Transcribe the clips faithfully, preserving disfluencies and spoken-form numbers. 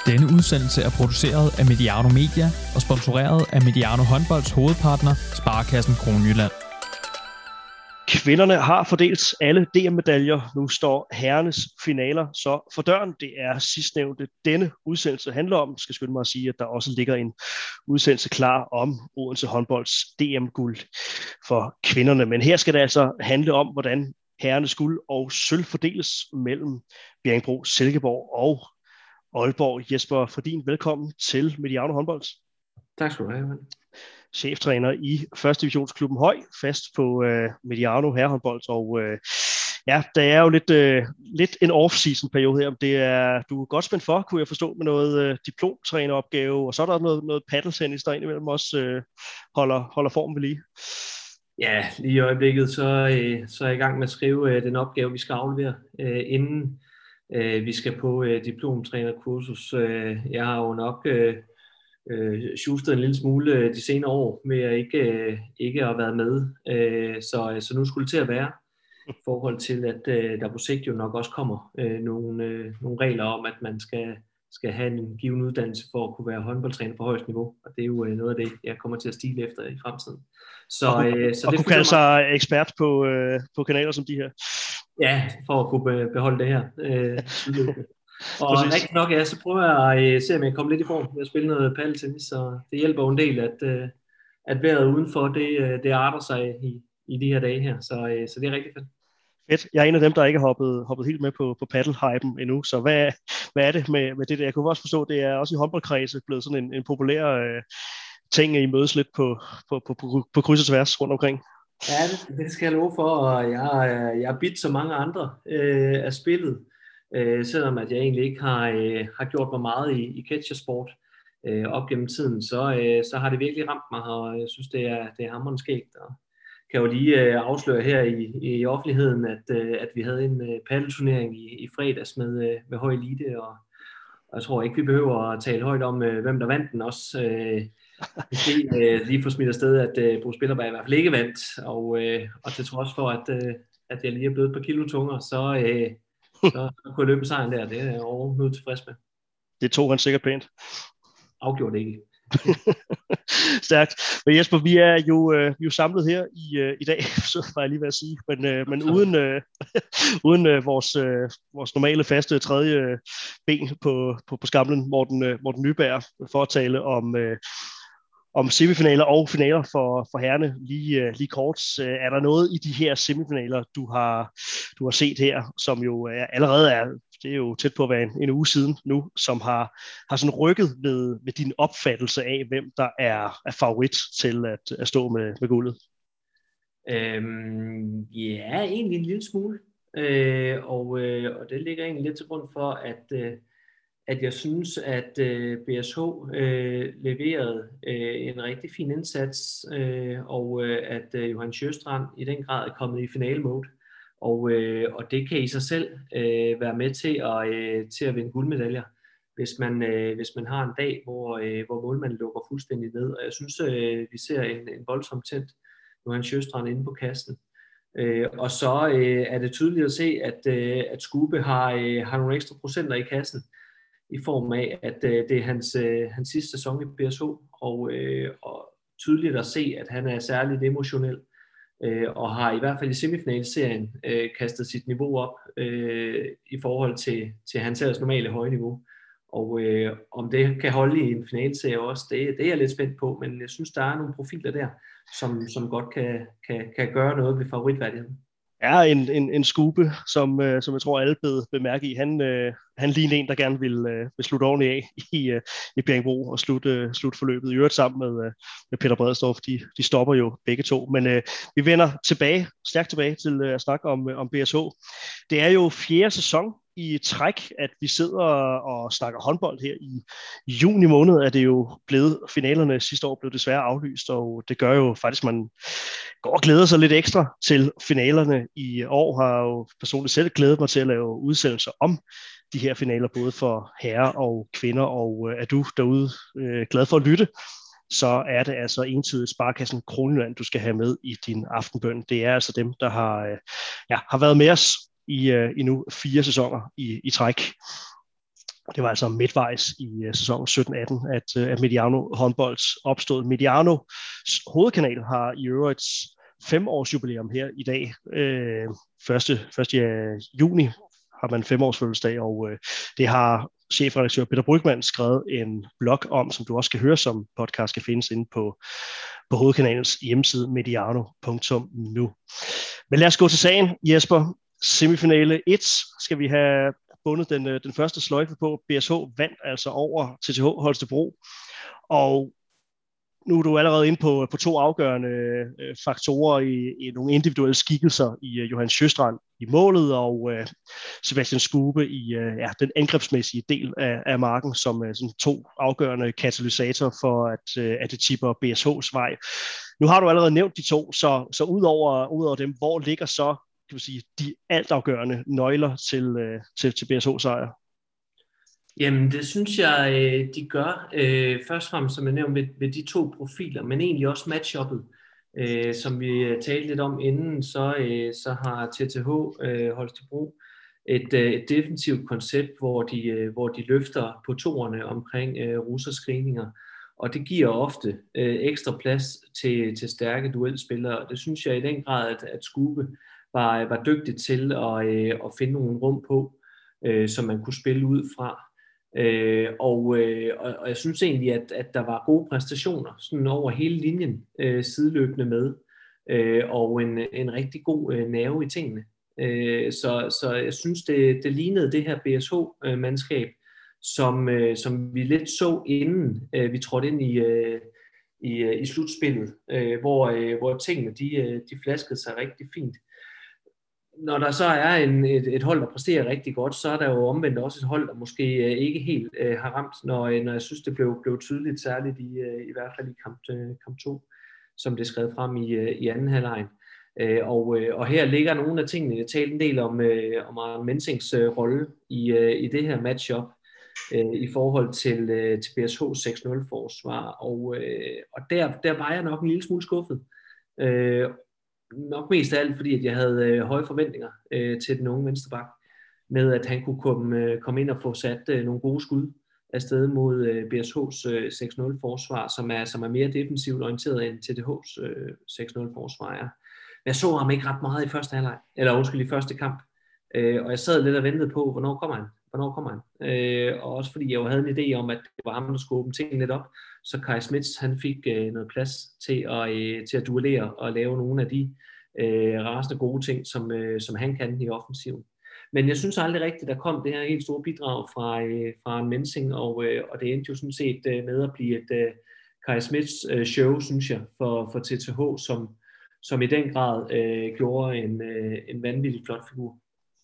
Denne udsendelse er produceret af Mediano Media og sponsoreret af Mediano Håndbolds hovedpartner, Sparekassen Kronjylland. Kvinderne har fordelt alle D M-medaljer. Nu står herrenes finaler så for døren. Det er sidstnævnte denne udsendelse handler om. Jeg skal skynde mig at sige, at der også ligger en udsendelse klar om Odense Håndbolds D M-guld for kvinderne. Men her skal det altså handle om, hvordan herrenes guld og sølv fordeles mellem Bjerringbro, Silkeborg og Aalborg. Jesper Fredin, velkommen til Mediano Håndbolds. Tak skal du have, man. Cheftræner i første divisionsklubben Høj, fast på øh, Mediano Herrehåndbold, og øh, ja, der er jo lidt, øh, lidt en off-season periode her. Det er, du er godt spændt for, kunne jeg forstå, med noget øh, diplomtræneropgave, og så er der noget, noget paddeltennis, der indimellem også øh, holder, holder formen ved lige. Ja, lige i øjeblikket, så, øh, så er jeg i gang med at skrive øh, den opgave, vi skal aflevere, øh, inden øh, vi skal på øh, diplomtrænerkursus. Øh, jeg har jo nok øh, øh, shuftet en lille smule øh, de senere år med at ikke, øh, ikke have været med. Øh, så, så nu skulle det til at være i forhold til, at øh, der på sigt jo nok også kommer øh, nogle, øh, nogle regler om, at man skal, skal have en given uddannelse for at kunne være håndboldtræner på højst niveau. Og det er jo øh, noget af det, jeg kommer til at stile efter i fremtiden. Så, og øh, så og det kunne kalde sig ekspert på, øh, på kanaler som de her. Ja, for at kunne beholde det her. Øh, og rigtig nok, ja, så prøver jeg at se, om jeg kommer lidt i form med at spille noget paddeltennis, så det hjælper jo en del, at, at vejret udenfor, det, det arter sig i, i de her dage her, så, så det er rigtig fedt. Fedt. Jeg er en af dem, der ikke har hoppet, hoppet helt med på, på paddle-hypen endnu, så hvad, hvad er det med, med det der? Jeg kunne også forstå, det er også i håndboldkredse blevet sådan en, en populær øh, ting, I mødes lidt på, på, på, på, på kryds og tværs rundt omkring. Ja, det, det skal jeg love for, og jeg, jeg har bidt så mange andre øh, af spillet, øh, selvom at jeg egentlig ikke har, øh, har gjort mig meget i, i catchersport øh, op gennem tiden, så, øh, så har det virkelig ramt mig, og jeg synes, det er, det er hammerende skægt. Og kan jo lige øh, afsløre her i, i offentligheden, at, øh, at vi havde en øh, paddelturnering i, i fredags med, øh, med høj elite, og, og jeg tror ikke, vi behøver at tale højt om, øh, hvem der vandt den også. Øh, Måske øh, lige få smidt afsted, at øh, Bruce Spillerberg i hvert fald ikke vandt, og, øh, og til trods for, at, øh, at jeg lige er blevet et par kilo tungere, så, øh, så, så kunne jeg løbe sejren der. Det er jeg overhovedet tilfreds med. Det tog han sikkert pænt. Afgjort ikke. Stærkt. Men Jesper, vi er jo, øh, vi er jo samlet her i, øh, i dag, så var jeg lige ved at sige, men, øh, men uden, øh, uden øh, vores, øh, vores normale faste tredje ben på, på, på skamlen, Morten, øh, Morten Nyberg, for at tale om, øh, om semifinaler og finaler for, for herrene lige, øh, lige kort. Øh, er der noget i de her semifinaler, du har, du har set her, som jo er, allerede er, det er jo tæt på at være en, en uge siden nu, som har, har sådan rykket ved, ved din opfattelse af, hvem der er, er favorit til at, at stå med, med guldet? Øhm, ja, egentlig en lille smule. Øh, og, øh, og det ligger egentlig lidt til grund for, at, øh, at jeg synes, at øh, B S H øh, leverede øh, en rigtig fin indsats, øh, og øh, at øh, Johan Sjöstrand i den grad er kommet i finalemode. Og, øh, og det kan i sig selv øh, være med til at, øh, til at vinde guldmedaljer, hvis man, øh, hvis man har en dag, hvor, øh, hvor målmanden lukker fuldstændig ned. Og jeg synes, øh, vi ser en, en voldsomt tændt Johan Sjöstrand inde på kassen. Øh, og så øh, er det tydeligt at se, at, øh, at Skube har, øh, har nogle ekstra procenter i kassen, i form af, at øh, det er hans, øh, hans sidste sæson i B S H, og, øh, og tydeligt at se, at han er særligt emotionel. Øh, og har i hvert fald i semifinalserien øh, kastet sit niveau op øh, i forhold til, til hans ellers normale høje niveau. Og øh, om det kan holde i en finalserie også, det, det er jeg lidt spændt på, men jeg synes, der er nogle profiler der, som, som godt kan, kan, kan gøre noget ved favoritværdigheden. Er en, en, en skube, som, øh, som jeg tror alle blev bemærket i. Han, øh, han ligner en, der gerne vil, øh, vil slutte ordentligt af i, øh, i Bjerringbro og slutte, øh, slutte forløbet. I øvrigt sammen med, øh, med Peter Bredstorff. De, de stopper jo begge to. Men øh, vi vender tilbage, stærkt tilbage til øh, at snakke om, øh, om B S H. Det er jo fjerde sæson i træk, at vi sidder og snakker håndbold her i juni måned, er det jo blevet, finalerne sidste år blev desværre aflyst, og det gør jo faktisk, at man går og glæder sig lidt ekstra til finalerne i år. Har jo personligt selv glædet mig til at lave udsendelser om de her finaler, både for herrer og kvinder, og er du derude øh, glad for at lytte, så er det altså entydigt Sparekassen Kronjylland, du skal have med i din aftenbøn. Det er altså dem, der har, øh, ja, har været med os i, uh, i nu fire sæsoner i, i træk. Det var altså midtvejs i uh, sæsonen sytten atten, at, uh, at Mediano håndbold opstod. Medianos hovedkanal har i øvrigt fem års jubilæum her i dag. Uh, første, første juni har man fem års fødselsdag, og uh, det har chefredaktør Peter Brygmann skrevet en blog om, som du også skal høre, som podcast skal findes inde på, på hovedkanalens hjemmeside mediano punktum nu. Men lad os gå til sagen, Jesper. Semifinale et skal vi have bundet den, den første sløjfe på. B S H vandt altså over T T H Holstebro, og nu er du allerede inde på, på to afgørende øh, faktorer i, i nogle individuelle skikkelser i uh, Johan Sjöstrand i målet, og uh, Sebastian Skube i uh, ja, den angrebsmæssige del af, af marken, som uh, sådan to afgørende katalysator for, at, uh, at det tipper B S H's vej. Nu har du allerede nævnt de to, så, så udover, udover dem, hvor ligger så kan man sige, de altafgørende nøgler til, uh, til, til B S H-sejr? Jamen, det synes jeg, de gør. Først og fremmest, som jeg nævnte, ved, ved de to profiler, men egentlig også matchuppet. Som vi talte lidt om inden, så, så har T T H Holstebro et, et defensivt koncept, hvor de, hvor de løfter på toerne omkring russerscreeninger. Og det giver ofte ekstra plads til, til stærke duelspillere. Det synes jeg i den grad, at, at Skube var, var dygtig til at, at finde nogle rum på, som man kunne spille ud fra. Øh, og, øh, og jeg synes egentlig, at, at der var gode præstationer sådan over hele linjen øh, sideløbende med, øh, og en, en rigtig god øh, nerve i tingene. Øh, så, så jeg synes, det, det lignede det her B S H-mandskab, som, øh, som vi lidt så inden øh, vi trådte ind i, øh, i, øh, i slutspillet, øh, hvor, øh, hvor tingene de, de flaskede sig rigtig fint. Når der så er en, et, et hold, der præsterer rigtig godt, så er der jo omvendt også et hold, der måske øh, ikke helt øh, har ramt, når, når jeg synes, det blev, blev tydeligt, særligt i, øh, i hvert fald i kamp, øh, kamp to, som det er skrevet frem i, øh, i anden halvleg. Øh, og, øh, og her ligger nogle af tingene. Jeg talte en del om, øh, om Arne Mensings øh, rolle i, øh, i det her matchup øh, i forhold til, øh, til B S H's seks nul forsvar, og, øh, og der, der var jeg nok en lille smule skuffet. Øh, Nok mest af alt, fordi at jeg havde øh, høje forventninger øh, til den unge venstreback, med at han kunne komme, øh, komme ind og få sat øh, nogle gode skud afsted mod øh, B S H's øh, seks nul forsvar, som er, som er mere defensivt orienteret end T T H's øh, seks nul forsvar er. Jeg så ham ikke ret meget i første halvleg, eller undskyld, i første kamp, øh, og jeg sad lidt og ventede på, hvornår kommer han? Hvornår kommer han? Øh, og også fordi jeg jo havde en idé om, at det var ham, der skulle åbne tingene lidt op, så Kai Smits, han fik øh, noget plads til at, øh, til at duellere og lave nogle af de øh, rasende gode ting, som, øh, som han kan i offensiven. Men jeg synes aldrig rigtigt, der kom det her helt store bidrag fra, øh, fra en Mensing, og, øh, og det endte jo sådan set øh, med at blive et øh, Kai Smits øh, show, synes jeg, for, for T T H, som, som i den grad øh, gjorde en, øh, en vanvittig flot figur.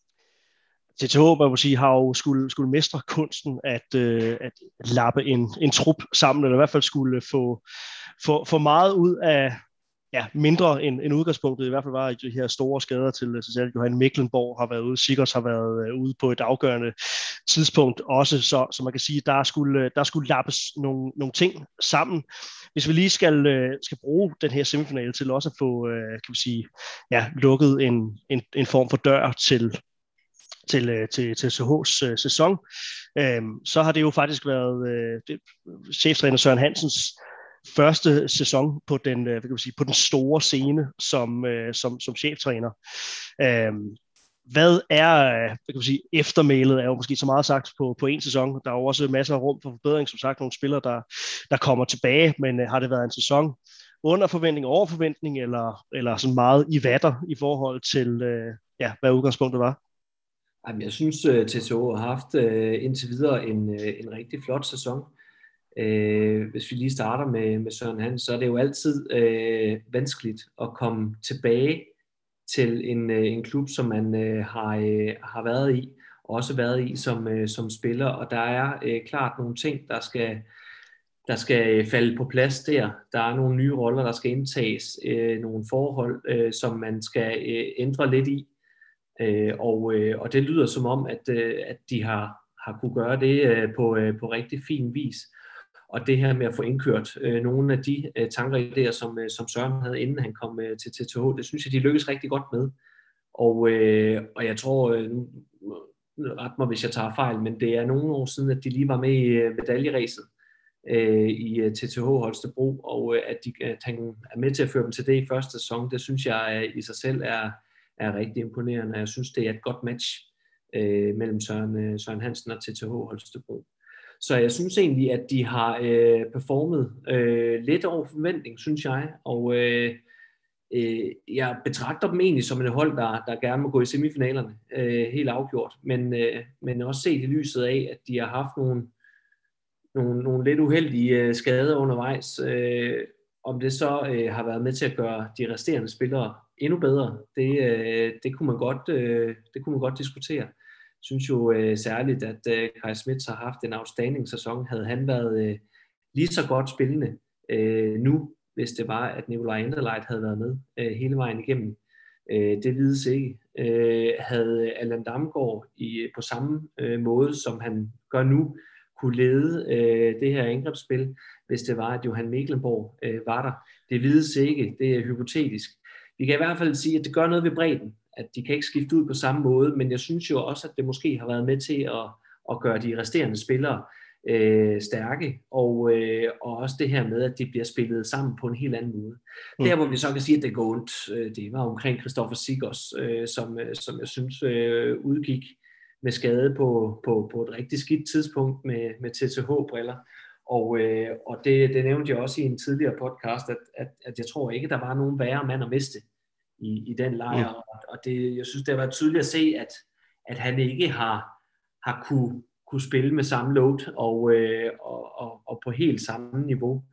T T H, man må sige, har jo skulle, skulle mestre kunsten at, øh, at lappe en, en trup sammen, eller i hvert fald skulle få, få, få meget ud af ja, mindre end, end udgangspunktet. I hvert fald var de her store skader til, til selv Johan Mecklenborg har været ude, Sigurds har været øh, ude på et afgørende tidspunkt også, så, så man kan sige, der skulle, der skulle lappes nogle, nogle ting sammen. Hvis vi lige skal, øh, skal bruge den her semifinale til også at få øh, kan vi sige, ja, lukket en, en, en form for dør til til, til, til T T H's uh, sæson, øhm, så har det jo faktisk været uh, det, cheftræner Søren Hansens første sæson på den, uh, hvad kan man sige, på den store scene som, uh, som, som cheftræner. Øhm, hvad er, hvad kan man sige, eftermælet er jo måske så meget sagt på, på en sæson. Der er jo også masser af rum for forbedring, som sagt, nogle spillere, der, der kommer tilbage, men uh, har det været en sæson under forventning, over forventning, eller, eller sådan meget i vatter i forhold til, uh, ja, hvad udgangspunktet var? Jamen, jeg synes, at T T H har haft uh, indtil videre en, uh, en rigtig flot sæson. Uh, hvis vi lige starter med, med Søren Hans, så er det jo altid uh, vanskeligt at komme tilbage til en, uh, en klub, som man uh, har, uh, har været i, og også været i som, uh, som spiller. Og der er uh, klart nogle ting, der skal, der skal falde på plads der. Der er nogle nye roller, der skal indtages, uh, nogle forhold, uh, som man skal uh, ændre lidt i. Øh, og, øh, og det lyder som om, at, øh, at de har, har kunne gøre det øh, på, øh, på rigtig fin vis. Og det her med at få indkørt øh, nogle af de øh, tanker og idéer, som, øh, som Søren havde, inden han kom øh, til T T H, det synes jeg, de lykkedes rigtig godt med. Og, øh, og jeg tror, øh, ret mig, hvis jeg tager fejl, men det er nogle år siden, at de lige var med i medaljeræset øh, i T T H Holstebro, og at, de, at han er med til at føre dem til det i første sæson, det synes jeg i sig selv er, er rigtig imponerende. Jeg synes, det er et godt match øh, mellem Søren, Søren Hansen og T T H Holstebro. Så jeg synes egentlig, at de har øh, performet øh, lidt over forventning, synes jeg, og øh, øh, jeg betragter dem egentlig som et hold, der, der gerne må gå i semifinalerne, øh, helt afgjort, men, øh, men også set i lyset af, at de har haft nogle, nogle, nogle lidt uheldige øh, skader undervejs, øh, om det så øh, har været med til at gøre de resterende spillere endnu bedre, det, øh, det, kunne, man godt, øh, det kunne man godt diskutere. Jeg synes jo øh, særligt, at øh, Kai Smits har haft en outstanding sæson. Havde han været øh, lige så godt spillende øh, nu, hvis det var, at Nikolaj Enderleit havde været med øh, hele vejen igennem. Øh, det vides ikke. Øh, havde Allan Damgaard i, på samme øh, måde, som han gør nu, kunne lede øh, det her angrebsspil, hvis det var, at Johan Mecklenborg øh, var der. Det vides ikke. Det er hypotetisk. Vi kan i hvert fald sige, at det gør noget ved bredden, at de kan ikke skifte ud på samme måde, men jeg synes jo også, at det måske har været med til at, at gøre de resterende spillere øh, stærke, og, øh, og også det her med, at de bliver spillet sammen på en helt anden måde. Mm. Der, hvor vi så kan sige, at det går ondt, det var omkring Christoffer Sigos, øh, som, som jeg synes øh, udgik med skade på, på, på et rigtig skidt tidspunkt med, med T T H-briller. Og, øh, og det, det nævnte jeg også i en tidligere podcast, at, at, at jeg tror ikke, der var nogen værre mand at miste i, i den lejr, mm. og, og det, jeg synes, det har været tydeligt at se, at, at han ikke har, har kunne, kunne spille med samme load, og, øh, og, og, og på helt samme niveau,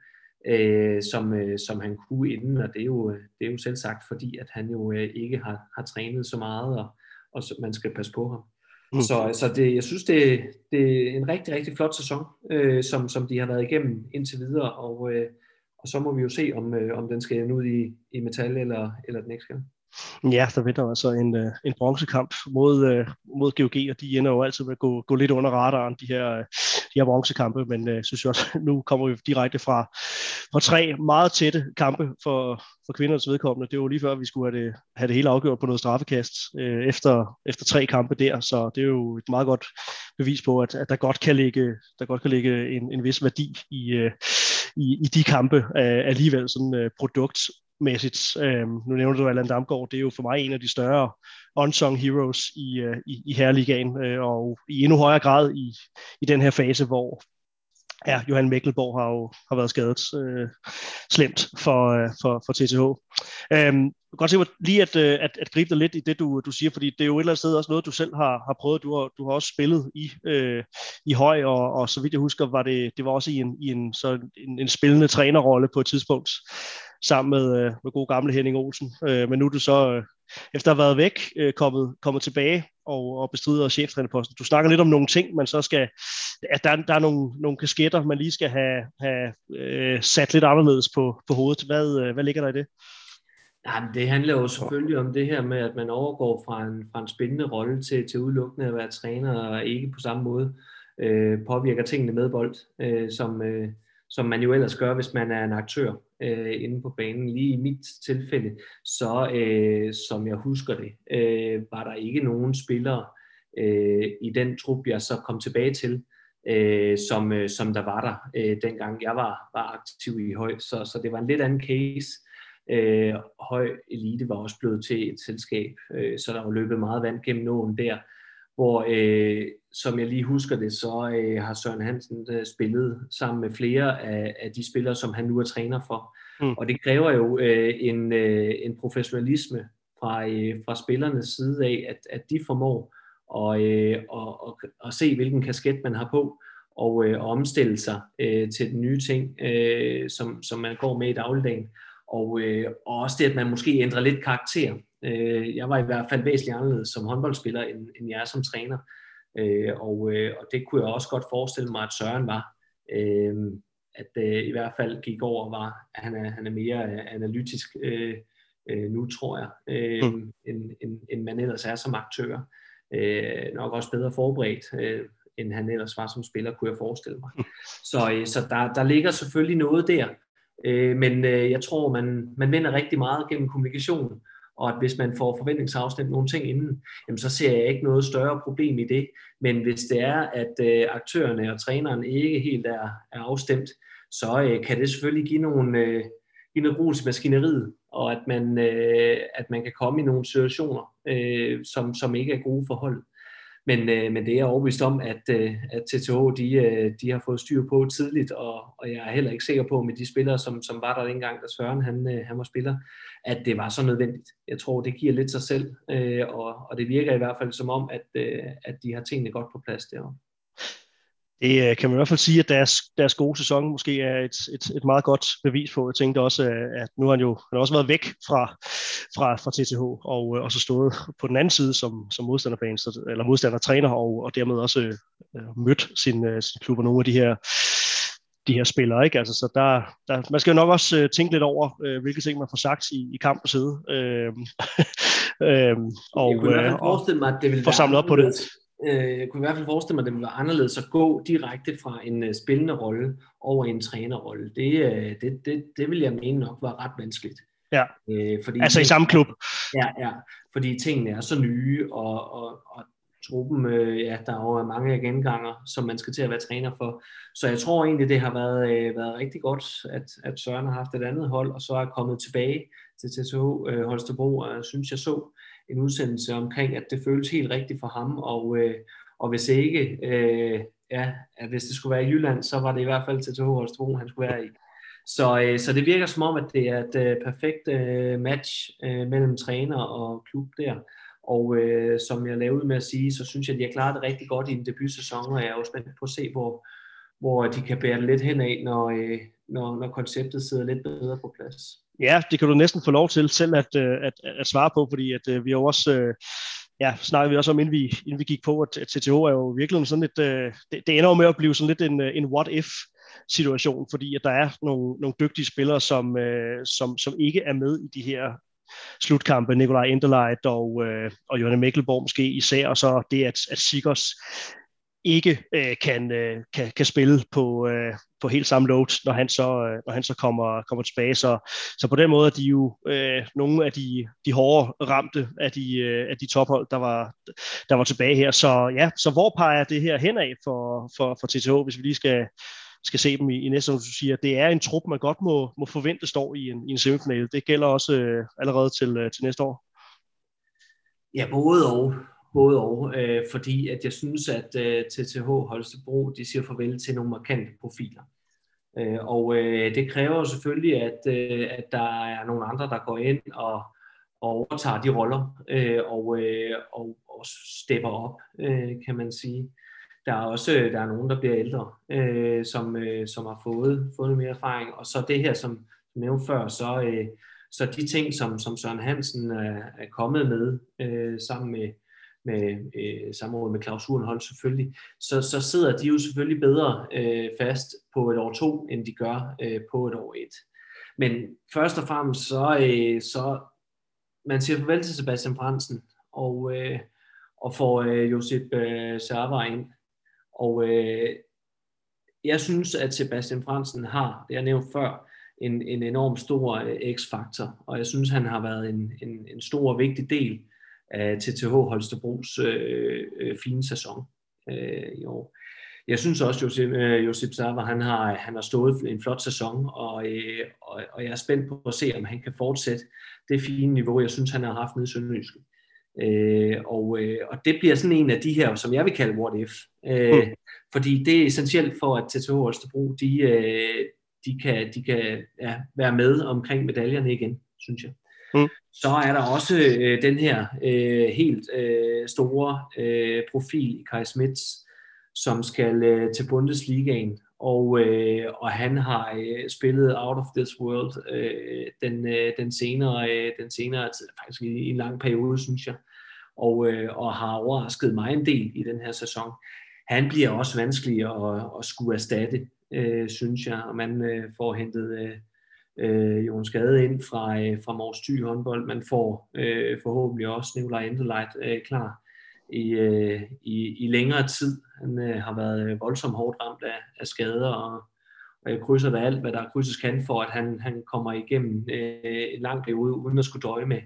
øh, som, øh, som han kunne inden, og det er jo, det er jo selv sagt, fordi at han jo øh, ikke har, har trænet så meget, og, og så, man skal passe på ham. Mm. Så, så det, jeg synes, det, det er en rigtig, rigtig flot sæson, øh, som, som de har været igennem indtil videre, og, øh, og så må vi jo se, om, øh, om den skal ende ud i, i metal, eller, eller den ikke skal. Ja, der venter altså en, en bronzekamp mod, mod G O G, og de ender jo altid med at gå, gå lidt under radaren, de her, de her bronzekampe, men jeg synes jo også, nu kommer vi direkte fra, fra tre meget tætte kampe for, for kvindernes vedkommende. Det var lige før, vi skulle have det, have det hele afgjort på noget straffekast øh, efter, efter tre kampe der, så det er jo et meget godt bevis på, at, at der godt kan ligge, der godt kan ligge en, en vis værdi i, øh, i, i de kampe øh, alligevel, sådan øh, produkt. Mæssigt. Øhm, nu nævner du Allan Damgaard, det er jo for mig en af de større unsung heroes i, uh, i, i herreligaen, øh, og i endnu højere grad i, i den her fase, hvor ja, Johan Mecklenborg har jo har været skadet øh, slemt for, øh, for, for T T H. Øhm, jeg kan godt se lige at, at, at gribe dig lidt i det, du, du siger, fordi det er jo et eller andet sted også noget, du selv har, har prøvet. Du har, du har også spillet i, øh, i høj, og, og så vidt jeg husker, var det, det var også i en, i en, så en, en spillende trænerrolle på et tidspunkt, sammen med, øh, med god gamle Henning Olsen. Øh, men nu er du så, øh, efter at have været væk, øh, kommet, kommet tilbage og, og bestrider cheftrænerposten. Du snakker lidt om nogle ting, man så skal, at der, der er nogle, nogle kasketter, man lige skal have, have øh, sat lidt anderledes på, på hovedet. Hvad, øh, hvad ligger der i det? Ja, det handler jo selvfølgelig om det her med, at man overgår fra en, fra en spændende rolle til, til udelukkende at være træner, og ikke på samme måde øh, påvirker tingene med bold, øh, som, øh, som man jo ellers gør, hvis man er en aktør øh, inde på banen. Lige i mit tilfælde, så øh, som jeg husker det, øh, var der ikke nogen spillere øh, i den trup, jeg så kom tilbage til, øh, som, øh, som der var der, øh, dengang jeg var, var aktiv i høj. Så, så det var en lidt anden case. Øh, høj elite var også blevet til et selskab, øh, så der var løbet meget vand gennem åen der, hvor øh, som jeg lige husker det, så øh, har Søren Hansen øh, spillet sammen med flere af, af de spillere, som han nu er træner for. Mm. Og det kræver jo øh, en, øh, en professionalisme fra, øh, fra spillernes side af, at, at de formår at, øh, og, og, og se, hvilken kasket man har på, og, øh, og omstille sig øh, til den nye ting, øh, som, som man går med i dagligdagen. Og, øh, og også det, at man måske ændrer lidt karakter. Øh, jeg var i hvert fald væsentligt anderledes som håndboldspiller, end, end jeg er som træner. Øh, og, øh, og det kunne jeg også godt forestille mig, at Søren var. Øh, at øh, i hvert fald gik over og var, at han er, han er mere analytisk øh, øh, nu, tror jeg, øh, mm. end, end, end man ellers er som aktør. Øh, nok også bedre forberedt, øh, end han ellers var som spiller, kunne jeg forestille mig. Så, øh, så der, der ligger selvfølgelig noget der. Øh, men øh, jeg tror, man, man vinder rigtig meget gennem kommunikation, og at hvis man får forventningsafstemt nogle ting inden, jamen så ser jeg ikke noget større problem i det. Men hvis det er, at øh, aktørerne og træneren ikke helt er, er afstemt, så øh, kan det selvfølgelig give nogle, øh, give noget grus i maskineriet, og at man, øh, at man kan komme i nogle situationer, øh, som, som ikke er gode forhold. Men, øh, men det er jeg overbevist om, at, øh, at T T H de, øh, de har fået styr på tidligt, og, og jeg er heller ikke sikker på med de spillere, som, som var der dengang, da Søren han, øh, han var spiller, at det var så nødvendigt. Jeg tror, det giver lidt sig selv, øh, og, og det virker i hvert fald som om, at, øh, at de har tingene godt på plads derovre. Det kan man i hvert fald sige, at deres, deres gode sæson måske er et, et, et meget godt bevis på. Jeg tænkte også, at nu har han jo han har også været væk fra, fra, fra T T H, og, og så stået på den anden side som, som modstanderfan, eller modstandertræner, og, og dermed også øh, mødt sin, sin klub og nogle af de her, de her spillere. Ikke? Altså, så der, der, man skal jo nok også øh, tænke lidt over, øh, hvilke ting man får sagt i, i kampens side, øh, øh, og, øh, og mig, at det ville få samlet op på det. Jeg kunne i hvert fald forestille mig, at det ville være anderledes at gå direkte fra en spillende rolle over en trænerrolle. Det, det, det, det vil jeg mene nok var ret vanskeligt. Ja, fordi altså i samme klub. Ja, ja, fordi tingene er så nye, og, og, og truppen, ja, der er jo mange genganger, som man skal til at være træner for. Så jeg tror egentlig, det har været, været rigtig godt, at, at Søren har haft et andet hold, og så er kommet tilbage til T T H Holstebro, og jeg synes, jeg så en udsendelse omkring, at det føles helt rigtigt for ham, og, øh, og hvis ikke, øh, ja, at hvis det skulle være i Jylland, så var det i hvert fald T T H Holstebro, han skulle være i. Så, øh, så det virker som om, at det er et øh, perfekt øh, match øh, mellem træner og klub der, og øh, som jeg lavede med at sige, så synes jeg, at de har klaret det rigtig godt i en debutsæson, og jeg er jo spændt på at se, hvor, hvor de kan bære det lidt henad, når, øh, når, når konceptet sidder lidt bedre på plads. Ja, det kan du næsten få lov til selv at, at, at svare på, fordi at, uh, vi har også, uh, ja, snakkede vi også om, inden vi, inden vi gik på, at T T H er jo virkelig sådan lidt, uh, det, det ender jo med at blive sådan lidt en, en what-if-situation, fordi at der er nogle, nogle dygtige spillere, som, uh, som, som ikke er med i de her slutkampe, Nikolaj Enderleit og, uh, og Johanne Mikkelborg måske især, og så det, at, at Sigurds ikke øh, kan, øh, kan, kan spille på, øh, på helt samme load, når han så, øh, når han så kommer, kommer tilbage. Så, så på den måde er de jo øh, nogle af de, de hårde ramte af de, øh, af de tophold, der var, der var tilbage her. Så ja, så hvor peger det her henad for, for, for T T H, hvis vi lige skal, skal se dem i, i næste, som du siger. Det er en trup, man godt må, må forvente står i en, i en semifinale. Det gælder også øh, allerede til, øh, til næste år. Ja, både og. Både og, øh, fordi at jeg synes, at øh, T T H Holstebro, de siger farvel til nogle markante profiler. Øh, og øh, det kræver selvfølgelig, at, øh, at der er nogle andre, der går ind og, og overtager de roller øh, og, øh, og, og stepper op, øh, kan man sige. Der er også der er nogen, der bliver ældre, øh, som, øh, som har fået, fået mere erfaring. Og så det her, som nævnte før, så, øh, så de ting, som, som Søren Hansen er, er kommet med øh, sammen med med øh, samråd med Claus Urenholdt selvfølgelig, så, så sidder de jo selvfølgelig bedre øh, fast på et år to, end de gør øh, på et år et. Men først og fremmest, så, øh, så man siger farvel til Sebastian Frandsen, og, øh, og får øh, Josip øh, Server ind. Og øh, jeg synes, at Sebastian Frandsen har, det jeg nævnte før, en, en enorm stor øh, x-faktor, og jeg synes, han har været en, en, en stor og vigtig del af T T H Holstebros øh, øh, fine sæson øh, i år. Jeg synes også, Josip, øh, Josip Server, han har, han har stået en flot sæson, og, øh, og, og jeg er spændt på at se, om han kan fortsætte det fine niveau, jeg synes, han har haft nede i Sønderjyske. Øh, og, øh, og det bliver sådan en af de her, som jeg vil kalde what if. Øh, mm. Fordi det er essentielt for, at T T H Holstebro, de, øh, de kan, de kan ja, være med omkring medaljerne igen, synes jeg. Mm. Så er der også øh, den her øh, helt øh, store øh, profil i Kai Smits, som skal øh, til Bundesligaen, og, øh, og han har øh, spillet Out of This World øh, den, øh, den senere, øh, den senere tid, faktisk i, i en lang periode, synes jeg, og, øh, og har overrasket mig en del i den her sæson. Han bliver også vanskelig at, at skulle erstatte, øh, synes jeg, og man øh, får hentet øh, Øh, Jonas Gade ind fra, øh, fra Mors Thy håndbold. Man får øh, forhåbentlig også Nikolaj Enderleit øh, klar i, øh, i, i længere tid. Han øh, har været voldsomt hårdt ramt af, af skader, og, og jeg krydser da alt, hvad der krydses kan, for at han, han kommer igennem øh, en lang periode, uden at skulle døje med,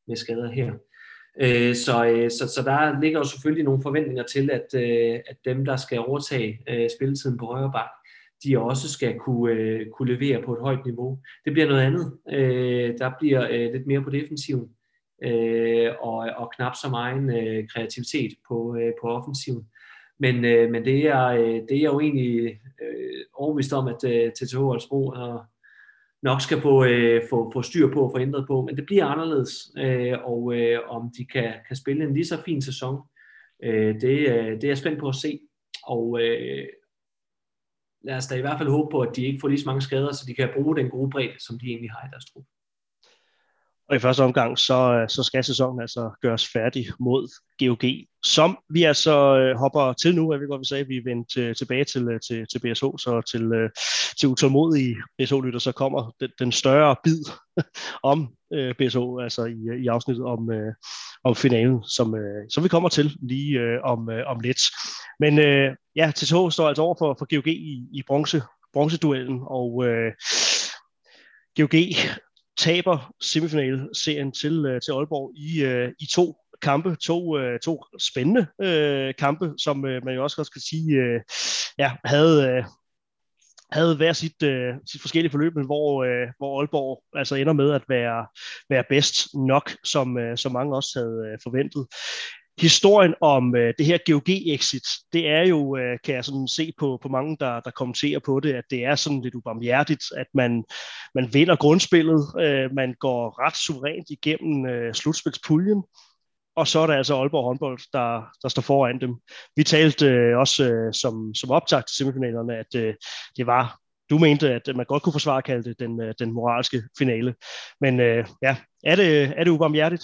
med skader her. Øh, så, øh, så, så der ligger jo selvfølgelig nogle forventninger til, at, øh, at dem, der skal overtage øh, spilletiden på højre bak, de også skal kunne, øh, kunne levere på et højt niveau. Det bliver noget andet. Øh, der bliver øh, lidt mere på defensiven, øh, og, og knap så meget øh, kreativitet på, øh, på offensiven. Men, øh, men det, er, øh, det er jeg jo egentlig øh, overbevist om, at øh, T T H Holstebro nok skal få, øh, få, få styr på og få ændret på. Men det bliver anderledes, øh, og øh, om de kan, kan spille en lige så fin sæson, øh, det, øh, det er jeg spændt på at se. Og øh, lad os da i hvert fald håbe på, at de ikke får lige så mange skader, så de kan bruge den gode bredde, som de egentlig har i deres trup. Og i første omgang, så, så skal sæsonen altså gøres færdig mod G O G, som vi altså hopper til nu. Jeg ved godt, vi sagde, at vi vendte tilbage til, til, til B S H, så til, til utålmodige B S H-lytter, så kommer den, den større bid om B S H, altså i, i afsnittet om, om finalen, som, som vi kommer til lige om, om lidt. Men ja, T T H står altså over for, for G O G i, i bronze, bronzeduellen, og øh, G O G taber semifinale-serien til, til Aalborg i, uh, i to kampe, to, uh, to spændende uh, kampe, som uh, man jo også godt skal sige, uh, ja, havde, uh, havde hver sit, uh, sit forskellige forløb, men hvor, uh, hvor Aalborg altså ender med at være, være bedst nok, som, uh, som mange også havde uh, forventet. Historien om uh, det her G O G-exit, det er jo, uh, kan jeg sådan se på, på mange, der, der kommenterer på det, at det er sådan lidt ubarmhjertigt, at man, man vinder grundspillet, uh, man går ret suverænt igennem uh, slutspilspuljen, og så er der altså Aalborg håndbold, der, der står foran dem. Vi talte uh, også uh, som, som optakt til semifinalerne, at uh, det var, du mente, at man godt kunne forsvare at kalde det den, uh, den moralske finale. Men uh, ja, er det, er det ubarmhjertigt?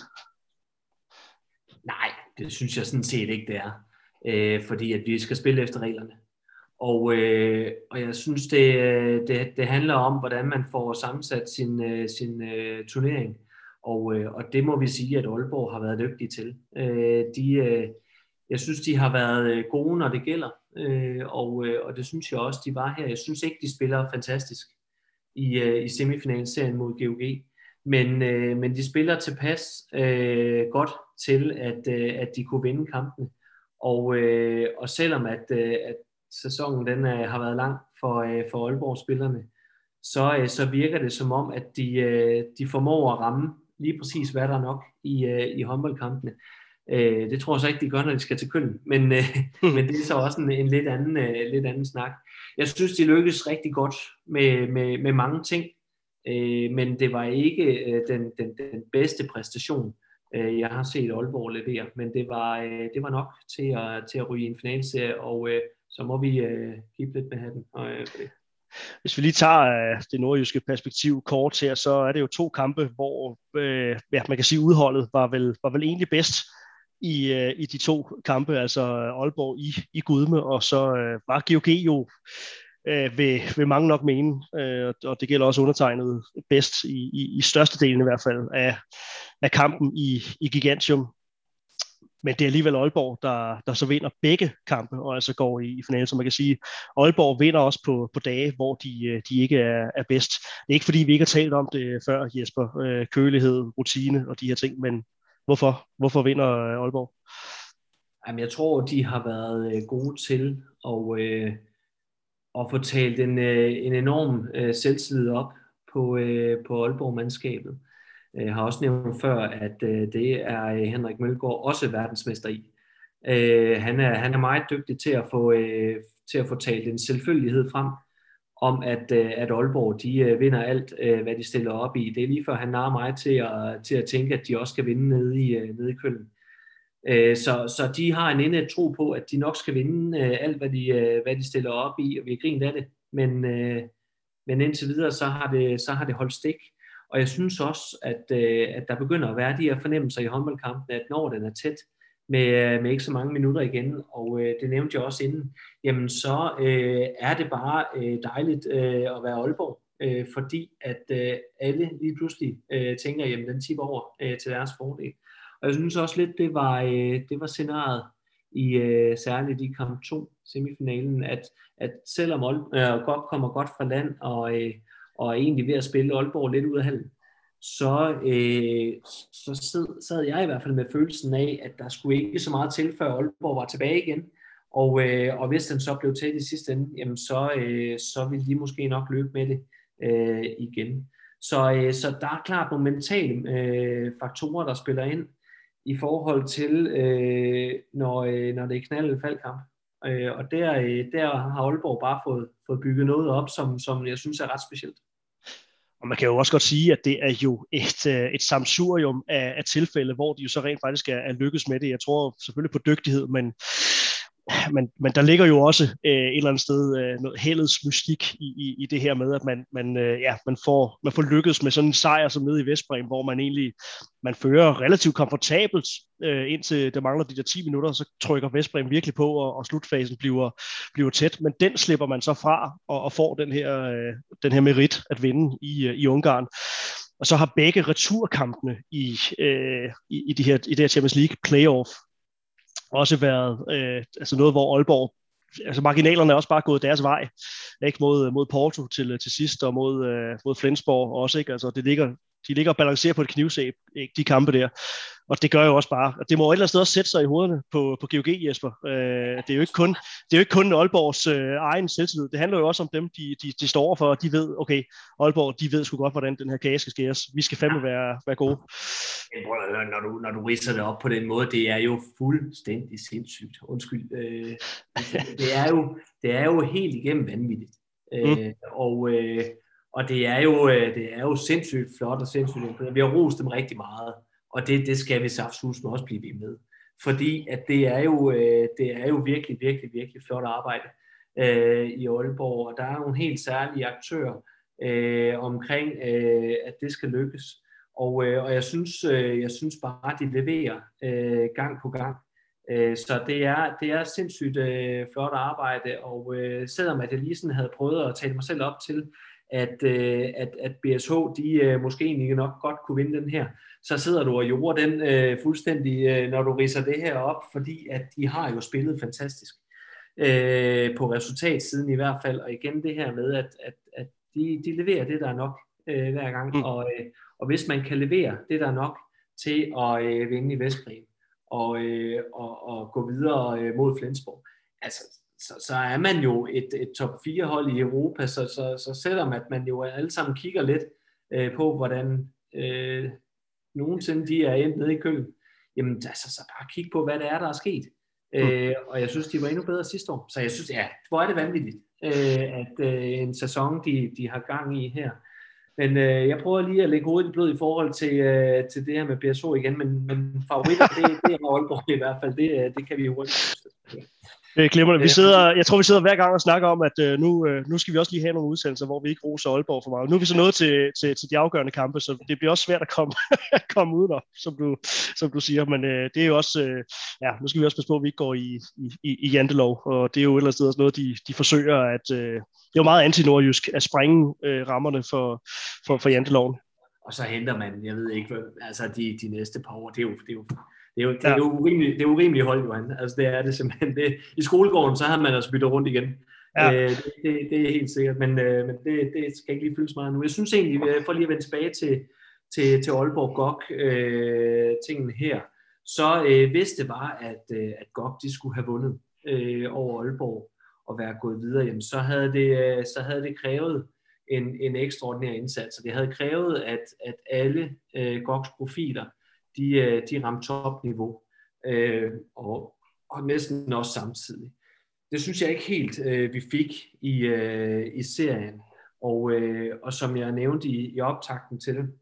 Nej, det synes jeg sådan set ikke, det er. Øh, fordi at vi skal spille efter reglerne. Og, øh, og jeg synes, det, det, det handler om, hvordan man får sammensat sin, sin uh, turnering. Og, uh, og det må vi sige, at Aalborg har været dygtige til. Uh, de, uh, jeg synes, de har været gode, når det gælder. Uh, og, uh, og det synes jeg også, de var her. Jeg synes ikke, de spiller fantastisk i, uh, i semifinalserien mod G O G. Men, øh, men de spiller tilpas øh, godt til, at, øh, at de kunne vinde kampene. Og, øh, og selvom at, øh, at sæsonen den, øh, har været lang for, øh, for Aalborg-spillerne, så, øh, så virker det som om, at de, øh, de formår at ramme lige præcis, hvad der er nok i, øh, i håndboldkampene. Øh, det tror jeg så ikke, de gør, når de skal til Køln. Men, øh, men det er så også en, en lidt, anden, øh, lidt anden snak. Jeg synes, de lykkes rigtig godt med, med, med mange ting. Øh, men det var ikke øh, den, den, den bedste præstation, øh, jeg har set Aalborg levere, men det var, øh, det var nok til at, til at ryge i en finalserie, og øh, så må vi øh, give lidt med hatten øh, for det. Hvis vi lige tager øh, det nordjyske perspektiv kort her, så er det jo to kampe, hvor øh, ja, man kan sige, udholdet var vel, var vel egentlig bedst i, øh, i de to kampe, altså Aalborg i, i Gudme, og så øh, var G O G jo Øh, vil, vil mange nok mene, øh, og det gælder også undertegnet bedst i, i, i størstedelen i hvert fald af, af kampen i, i Gigantium. Men det er alligevel Aalborg, der, der så vinder begge kampe, og altså går i, i finalen, så man kan sige, Aalborg vinder også på, på dage, hvor de, de ikke er, er bedst. Det er ikke fordi, vi ikke har talt om det før, Jesper, øh, kølighed, rutine og de her ting, men hvorfor, hvorfor vinder Aalborg? Jamen, jeg tror, de har været gode til at... Øh og få talt en, en enorm øh, selvtillid op på, øh, på Aalborg-mandskabet. Jeg har også nævnt før, at øh, det er Henrik Mølgaard også verdensmester i. Øh, han, er, han er meget dygtig til at få, øh, til at få talt en selvfølgelighed frem, om at, øh, at Aalborg de, øh, vinder alt, øh, hvad de stiller op i. Det er lige før, han narrer mig til at, til at tænke, at de også skal vinde nede i, øh, nede i Køln. Så, så de har en indet tro på, at de nok skal vinde øh, alt, hvad de, øh, hvad de stiller op i, og vi har grint af det. Men, øh, men indtil videre, så har, det, så har det holdt stik. Og jeg synes også, at, øh, at der begynder at være de her fornemmelser i håndboldkampen, at når den er tæt, med, med ikke så mange minutter igen, og øh, det nævnte jeg også inden, jamen så øh, er det bare øh, dejligt øh, at være Aalborg, øh, fordi at øh, alle lige pludselig øh, tænker, jamen den tipper over øh, til deres fordel. Og jeg synes også lidt, det var, øh, det var scenariet i øh, særligt i kamp to, semifinalen, at, at selvom Aalborg øh, godt kommer godt fra land og, øh, og er egentlig ved at spille Aalborg lidt ud af hallen, så, øh, så sad, sad jeg i hvert fald med følelsen af, at der skulle ikke så meget til, før Aalborg var tilbage igen. Og, øh, og hvis den så blev til i sidste ende, jamen så, øh, så ville de måske nok løbe med det øh, igen. Så, øh, så der er klart nogle mentale øh, faktorer, der spiller ind i forhold til, øh, når, øh, når det er knald- eller faldkamp. Øh, og der, øh, der har Aalborg bare fået, fået bygget noget op, som, som jeg synes er ret specielt. Og man kan jo også godt sige, at det er jo et, et sammensurium af, af tilfælde, hvor de jo så rent faktisk er, er lykkes med det. Jeg tror selvfølgelig på dygtighed, men Men, men der ligger jo også øh, et eller andet sted øh, noget heldets mystik i, i, i det her med, at man, man, øh, ja, man, får, man får lykkedes med sådan en sejr som nede i Vestbrem, hvor man egentlig man fører relativt komfortabelt øh, indtil der mangler de der ti minutter, så trykker Vestbrem virkelig på, og, og slutfasen bliver, bliver tæt. Men den slipper man så fra og, og får den her, øh, den her merit at vinde i, øh, i Ungarn. Og så har begge returkampene i, øh, i, i, de her, i det her Champions League playoff også været øh, altså noget, hvor Aalborg, altså marginalerne er også bare gået deres vej, ikke mod, mod Porto til, til sidst, og mod, øh, mod Flensborg også, ikke? Altså det ligger, de ligger og balancerer på et knivsæb, ikke? De kampe der. Og det gør jo også bare, og det må et eller andet sted også sætte sig i hovederne på, på G O G, Jesper. Øh, det er jo ikke kun, det er jo ikke kun Aalborgs øh, egen selvtillid. Det handler jo også om dem, de, de, de står for, og de ved, okay, Aalborg, de ved sgu godt, hvordan den her kage skal skæres. Vi skal fandme være, være gode. Når du, når du ridser det op på den måde, det er jo fuldstændig sindssygt. Undskyld. Øh, det, er jo, det er jo helt igennem vanvittigt. Øh, mm. og, øh, og det er jo, det er jo sindssygt flot og sindssygt. Vi har rost dem rigtig meget. Og det, det skal vi saftsus med også blive ved med. Fordi at det er jo, det er jo virkelig, virkelig, virkelig flot arbejde øh, i Aalborg. Og der er nogle helt særlige aktører øh, omkring, øh, at det skal lykkes. Og, øh, og jeg, synes, øh, jeg synes bare, at de leverer øh, gang på gang. Øh, så det er, det er sindssygt øh, flot arbejde. Og øh, selvom at jeg lige sådan havde prøvet at tale mig selv op til, at, øh, at, at B S H, de øh, måske egentlig nok godt kunne vinde den her, så sidder du og jorder den øh, fuldstændig, øh, når du ridser det her op, fordi at de har jo spillet fantastisk øh, på resultatsiden i hvert fald, og igen det her med, at, at, at de, de leverer det, der er nok øh, hver gang, mm. og, øh, og hvis man kan levere det, der er nok til at øh, vinde i Vestbrem, og, øh, og, og gå videre øh, mod Flensborg, altså Så, så er man jo et, et top fire hold i Europa, så, så, så selvom at man jo alle sammen kigger lidt øh, på, hvordan øh, nogensinde de er endt nede i Køln, jamen altså, så bare kig på, hvad det er, der er sket. Mm. Øh, og jeg synes, de var endnu bedre sidste år. Så jeg synes, ja, hvor er det vanvittigt, øh, at øh, en sæson, de, de har gang i her. Men øh, jeg prøver lige at lægge hovedet i blød i forhold til, øh, til det her med B S H igen, men, men favoritter, det, det er Aalborg i hvert fald, det, det kan vi hurtigt. Det er glimrende. Vi sidder, jeg tror, vi sidder hver gang og snakker om, at uh, nu, uh, nu skal vi også lige have nogle udsendelser, hvor vi ikke roser Aalborg for meget. Nu er vi så nået til, til, til de afgørende kampe, så det bliver også svært at komme, komme udenom, som du, som du siger. Men uh, det er jo også, uh, ja, nu skal vi også passe på, at vi ikke går i, i, i jantelov, og det er jo et eller andet sted også noget, de, de forsøger at, uh, det er jo meget anti-nordjysk, at sprænge uh, rammerne for, for, for janteloven. Og så henter man, jeg ved ikke, altså de, de næste par år, det er jo, det er jo Det er jo, det er jo urimeligt, det er urimeligt hold, Johan. Altså det er det simpelthen. Det, I skolegården, så har man altså byttet rundt igen. Ja. Øh, det, det, det er helt sikkert, men, øh, men det, det skal ikke lige fyldes meget nu. Jeg synes egentlig, for lige at vende tilbage til, til, til Aalborg G O G øh, tingen her, så øh, hvis det var, at, øh, at G O G de skulle have vundet øh, over Aalborg og være gået videre, jamen, så, havde det, øh, så havde det krævet en, en ekstraordinær indsats. Og det havde krævet, at, at alle øh, G O G's profiler de, de ramte topniveau, øh, og, og næsten også samtidig. Det synes jeg ikke helt, øh, vi fik i, øh, i serien. Og, øh, og som jeg nævnte i, i optakten til det,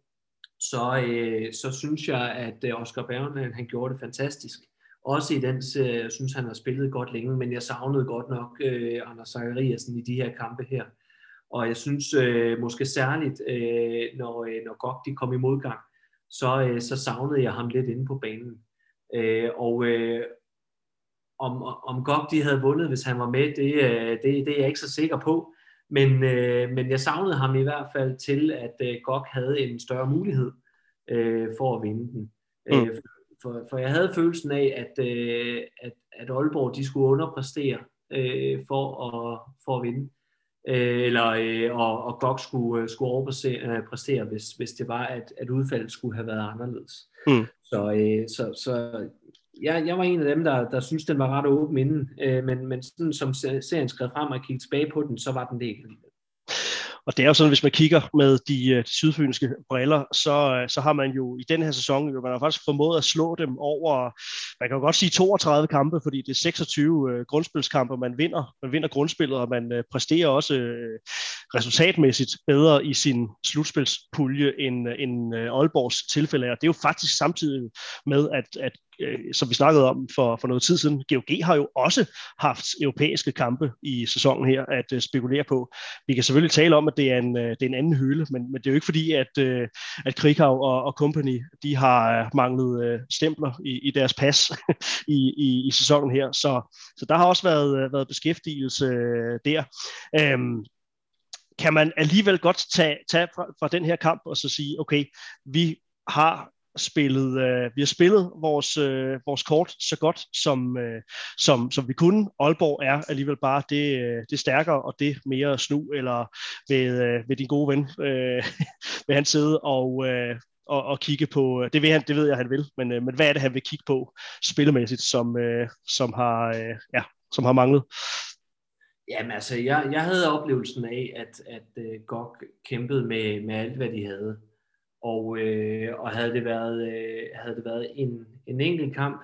så, øh, så synes jeg, at øh, Oscar Bergman, han gjorde det fantastisk. Også i den serie, jeg synes, han har spillet godt længe, men jeg savnede godt nok øh, Anders Zachariasen i de her kampe her. Og jeg synes øh, måske særligt, øh, når, øh, når G O G de kom i modgang, Så, øh, så savnede jeg ham lidt inde på banen. Øh, og øh, om, om G O G de havde vundet, hvis han var med, det, øh, det, det er jeg ikke så sikker på. Men, øh, men jeg savnede ham i hvert fald til, at øh, G O G havde en større mulighed øh, for at vinde den. Mm. Øh, for, for jeg havde følelsen af, at, øh, at, at Aalborg de skulle underpræstere øh, for, at, for at vinde. øh, eller øh, og, og G O G skulle, skulle overpræstere, hvis, hvis det var, at, at udfaldet skulle have været anderledes. Mm. Så, øh, så, så jeg, jeg var en af dem, der, der synes den var ret åben inden, øh, men, men sådan som serien skrev frem og kiggede tilbage på den, så var den det ikke. Og det er jo sådan, hvis man kigger med de, de sydfynske briller, så, så har man jo i den her sæson, jo, man har faktisk formået at slå dem over, man kan jo godt sige toogtredive kampe, fordi det er seksogtyve uh, grundspilskampe, man vinder. Man vinder grundspillet, og man uh, præsterer også uh, resultatmæssigt bedre i sin slutspilspulje end, end uh, Aalborgs tilfælde. Og det er jo faktisk samtidig med, at, at som vi snakkede om for, for noget tid siden, G O G har jo også haft europæiske kampe i sæsonen her at uh, spekulere på. Vi kan selvfølgelig tale om, at det er en, uh, det er en anden hylde, men, men det er jo ikke fordi, at, uh, at Krikau og, og company, de har uh, manglet uh, stempler i, i deres pas i, i, i sæsonen her. Så, så der har også været, uh, været beskæftigelse uh, der. Um, kan man alligevel godt tage, tage fra, fra den her kamp og så sige, okay, vi har spillet, øh, vi har spillet vores, øh, vores kort så godt, som, øh, som, som vi kunne. Aalborg er alligevel bare det, øh, det stærkere, og det mere snu, eller ved, øh, ved din gode ven, øh, vil han sidde og, øh, og, og kigge på, det ved, han, det ved jeg, han vil, men, øh, men hvad er det, han vil kigge på spillemæssigt, som, øh, som, har, øh, ja, som har manglet? Jamen altså, jeg, jeg havde oplevelsen af, at, at uh, G O G kæmpede med, med alt, hvad de havde. Og, øh, og havde det været, øh, havde det været en, en enkelt kamp,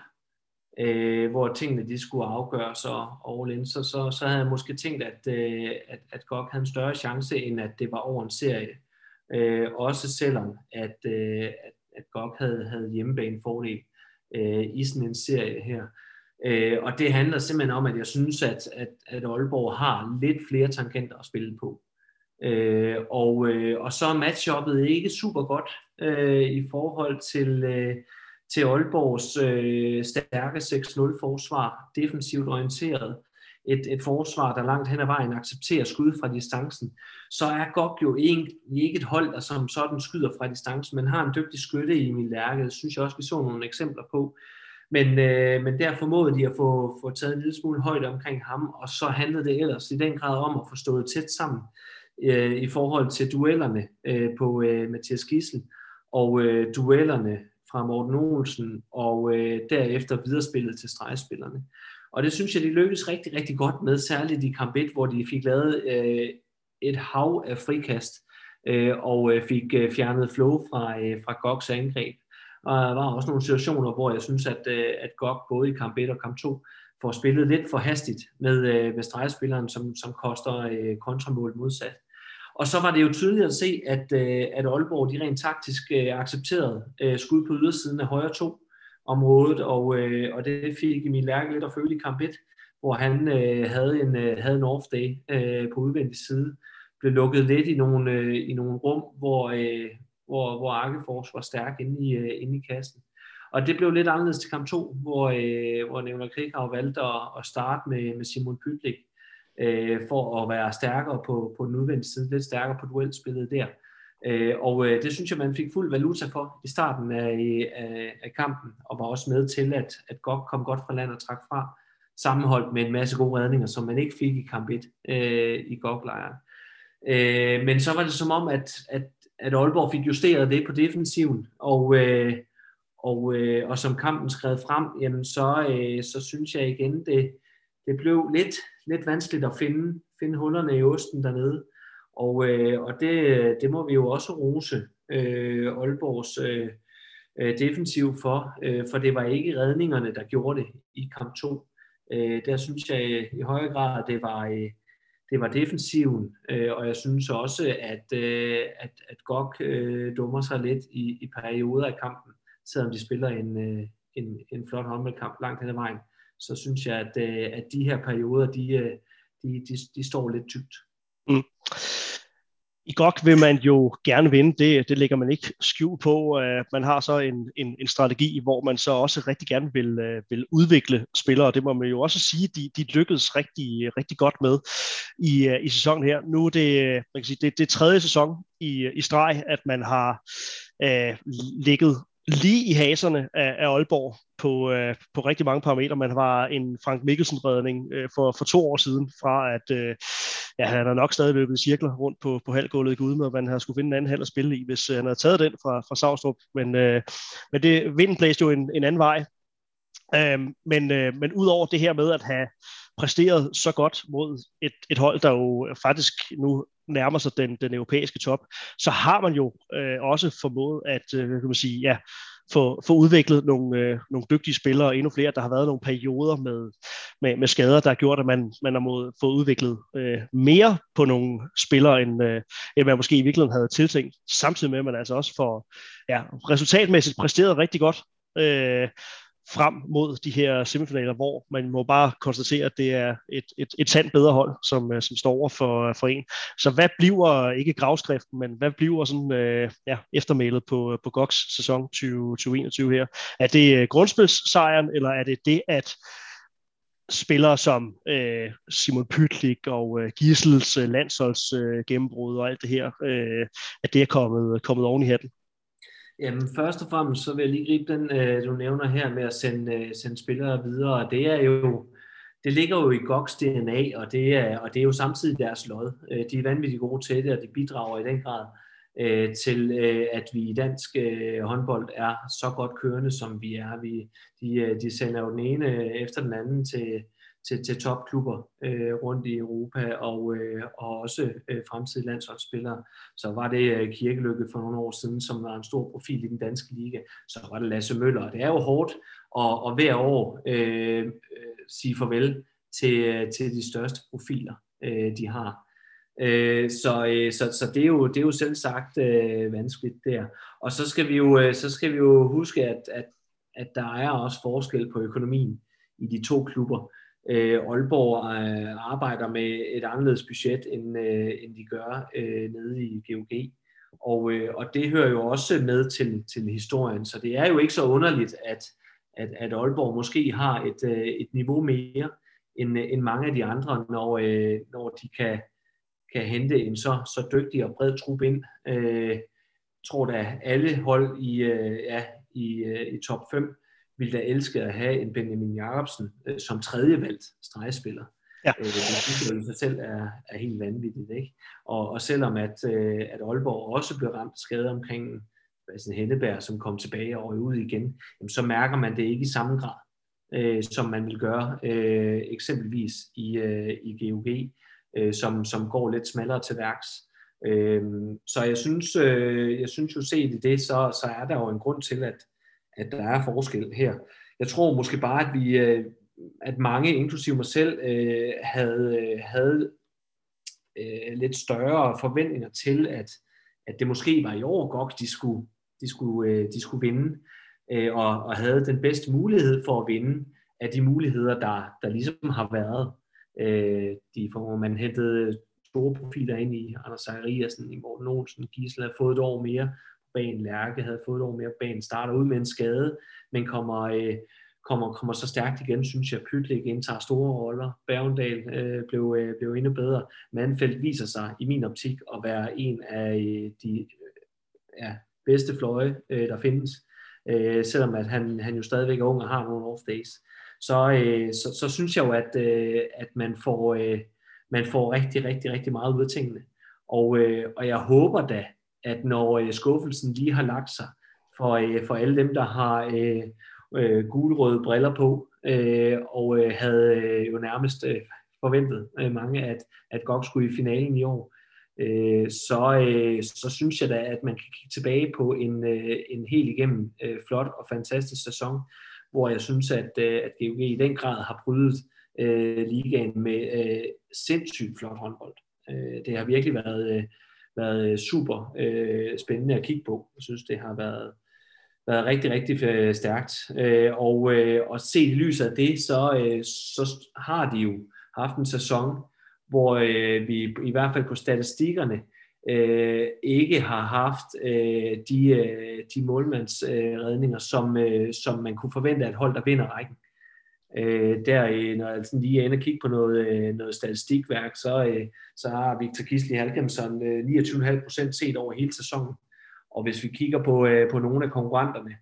øh, hvor tingene de skulle afgøres og all in, så, så, så havde jeg måske tænkt, at, øh, at, at G O G havde en større chance, end at det var over en serie. Øh, også selvom, at, øh, at, at G O G havde, havde hjemmebanefordel øh, i sådan en serie her. Øh, og det handler simpelthen om, at jeg synes, at, at, at Aalborg har lidt flere tangenter at spille på. Øh, og, øh, og så er matchuppet ikke super godt øh, i forhold til, øh, til Aalborgs øh, stærke seks nul forsvar, defensivt orienteret, et, et forsvar, der langt hen ad vejen accepterer skud fra distancen. Så er G O G jo egentlig ikke et hold, der som sådan skyder fra distancen, men har en dygtig skytte i Emil Lerche. Det synes jeg også, vi så nogle eksempler på. Men, øh, men der formåede de at få, få taget en lille smule højde omkring ham, og så handlede det ellers i den grad om at få stået tæt sammen øh, i forhold til duellerne øh, på øh, Mathias Gidsel, og øh, duellerne fra Morten Olsen, og øh, derefter viderespillet til stregspillerne. Og det synes jeg, de lykkedes rigtig, rigtig godt med, særligt i kamp et, hvor de fik lavet øh, et hav af frikast, øh, og øh, fik øh, fjernet flow fra, øh, fra G O G's angreb. Og der var også nogle situationer, hvor jeg synes, at, at G O G både i kamp et og kamp to får spillet lidt for hastigt med, med stregspilleren, som, som koster øh, kontramål modsat. Og så var det jo tydeligt at se, at, øh, at Aalborg de rent taktisk øh, accepterede øh, skud på ydersiden af højre to området, og, øh, og det fik Emil Lerche lidt at føle i kamp et, hvor han øh, havde, en, øh, havde en off-day øh, på udvendig side, blev lukket lidt i nogle, øh, i nogle rum, hvor... Øh, hvor, hvor Arkefors var stærk inde i, uh, inde i kassen. Og det blev lidt anderledes til kamp to, hvor, uh, hvor Nævner Krikau valgte at, at starte med, med Simon Pytlik uh, for at være stærkere på, på den udvendige side, lidt stærkere på duelspillet der. Uh, og uh, det synes jeg, man fik fuld valuta for i starten af, af, af kampen, og var også med til, at, at G O G kom godt fra land og trak fra, sammenholdt med en masse gode redninger, som man ikke fik i kamp et uh, i G O G-lejren. Uh, men så var det som om, at, at at Aalborg fik justeret det på defensiven, og, øh, og, øh, og som kampen skred frem, jamen så, øh, så synes jeg igen, det, det blev lidt, lidt vanskeligt at finde, finde hullerne i osten dernede, og, øh, og det, det må vi jo også rose øh, Aalborgs øh, defensiv for, øh, for det var ikke redningerne, der gjorde det i kamp to. Øh, der synes jeg i højere grad, at det var... Øh, Det var defensiven, øh, og jeg synes også, at, øh, at, at G O G øh, dummer sig lidt i, i perioder af kampen, selvom de spiller en, øh, en, en flot håndboldkamp langt hen ad vejen. Så synes jeg, at, øh, at de her perioder, de, de, de, de står lidt tykt. Mm. I G O G vil man jo gerne vinde, det, det lægger man ikke skjul på. Man har så en, en, en strategi, hvor man så også rigtig gerne vil, vil udvikle spillere. Det må man jo også sige, de, de lykkedes rigtig, rigtig godt med i, i sæsonen her. Nu er det, man kan sige, det, det er tredje sæson i, i streg, at man har øh, ligget lige i haserne af, af Aalborg på, øh, på rigtig mange parametre. Man var en Frank Mikkelsen-redning øh, for, for to år siden fra, at øh, ja, han har nok stadig løbet i cirkler rundt på, på halvgulvet i Gudme, og man havde skulle finde en anden halv at spille i, hvis øh, han havde taget den fra, fra Savstrup. Men, øh, men det, vinden blæste jo en, en anden vej. Øh, men, øh, men ud over det her med at have præsteret så godt mod et, et hold, der jo faktisk nu nærmer sig den, den europæiske top, så har man jo øh, også formået at øh, kan man sige, ja, få, få udviklet nogle, øh, nogle dygtige spillere, og endnu flere. Der har været nogle perioder med, med, med skader, der har gjort, at man, man har måttet få udviklet øh, mere på nogle spillere, end, øh, end man måske i virkeligheden havde tiltænkt, samtidig med, at man altså også får ja, resultatmæssigt præsteret rigtig godt øh, frem mod de her semifinaler, hvor man må bare konstatere, at det er et, et, et sandt bedre hold, som, som står over for, for en. Så hvad bliver, ikke gravskriften, men hvad bliver sådan, øh, ja, eftermælet på, på G O G's sæson tyve enogtyve her? Er det grundspilssejren, eller er det det, at spillere som øh, Simon Pytlik og øh, Gisels øh, landsholds øh, gennembrud og alt det her, øh, at det er kommet, kommet oven i hatten? Jamen først og fremmest så vil jeg lige gribe den, øh, du nævner her med at sende, øh, sende spillere videre. Det er jo, det ligger jo i G O G's D N A, og det er, og det er jo samtidig deres lod. Øh, de er vanvittigt gode til det, og de bidrager i den grad øh, til, øh, at vi i dansk øh, håndbold er så godt kørende, som vi er. Vi, de, de sender jo den ene efter den anden til til, til topklubber øh, rundt i Europa, og, øh, og også øh, fremtidige landsholdsspillere. Så var det øh, Kirkelykke for nogle år siden, som var en stor profil i den danske liga. Så var det Lasse Møller. Det er jo hårdt at, at hver år øh, sige farvel til, til de største profiler, øh, de har. Øh, så, øh, så, så det er jo, det er jo selv sagt øh, vanskeligt der. Og så skal vi jo, så skal vi jo huske, at, at, at der er også forskel på økonomien i de to klubber. Øh, Aalborg øh, arbejder med et anderledes budget, end, øh, end de gør øh, nede i G O G. Og, øh, og det hører jo også med til, til historien. Så det er jo ikke så underligt, at, at, at Aalborg måske har et, øh, et niveau mere end, end mange af de andre, når, øh, når de kan, kan hente en så, så dygtig og bred trup ind. Øh, jeg tror da alle hold i, øh, ja, i, øh, i top fem ville da elske at have en Benjamin Jacobsen øh, som tredjevalgt stregspiller. Ja. Øh, det synes jeg i sig selv er, er helt vanvittigt, ikke? Og, og selvom at, øh, at Aalborg også blev ramt skade omkring altså Henneberg, som kom tilbage og ud igen, jamen, så mærker man det ikke i samme grad, øh, som man vil gøre øh, eksempelvis i, øh, i G O G, øh, som, som går lidt smallere til værks. Øh, så jeg synes, øh, jeg synes jo set i det, så, så er der jo en grund til, at at der er forskel her. Jeg tror måske bare, at vi, at mange, inklusive mig selv, havde, havde lidt større forventninger til, at, at det måske var i år, G O G, de skulle, de skulle, de skulle vinde, og, og havde den bedste mulighed for at vinde af de muligheder, der, der ligesom har været. De, for man hentede store profiler ind i Anders Zachariasen, i Morten Olsen, Gisel havde fået et år mere banen, Lærke havde fået et år mere banen, starter ud med en skade, men kommer, øh, kommer, kommer så stærkt igen, synes jeg. Pytlik indtager store roller, Bergendal øh, blev, øh, blev endnu bedre. Manfeldt viser sig i min optik at være en af øh, de øh, ja, bedste fløje, øh, der findes, øh, selvom at han, han jo stadigvæk er ung og har nogle off days. Så, øh, så, så synes jeg jo, at, øh, at man, får, øh, man får rigtig, rigtig, rigtig meget ud af tingene. Og, øh, og jeg håber da, at når øh, skuffelsen lige har lagt sig for, øh, for alle dem, der har øh, øh, gulrøde briller på, øh, og øh, havde øh, jo nærmest øh, forventet øh, mange, at, at G O G skulle i finalen i år, øh, så, øh, så synes jeg da, at man kan kigge tilbage på en, øh, en helt igennem øh, flot og fantastisk sæson, hvor jeg synes, at, øh, at G O G i den grad har brydet øh, ligaen med øh, sindssygt flot håndbold. Øh, det har virkelig været... Øh, været super øh, spændende at kigge på. Jeg synes, det har været, været rigtig, rigtig stærkt. Øh, og, øh, og set i lyset af det, så, øh, så har de jo haft en sæson, hvor øh, vi i hvert fald på statistikkerne øh, ikke har haft øh, de, øh, de målmandsredninger, øh, som, øh, som man kunne forvente af et hold, der vinder rækken. Øh, der, når jeg sådan lige er inde og kigge på noget, øh, noget statistikværk, så, øh, så har Victor Gisli Halgemsson øh, niogtyve komma fem procent set over hele sæsonen. Og hvis vi kigger på, øh, på nogle af konkurrenterne,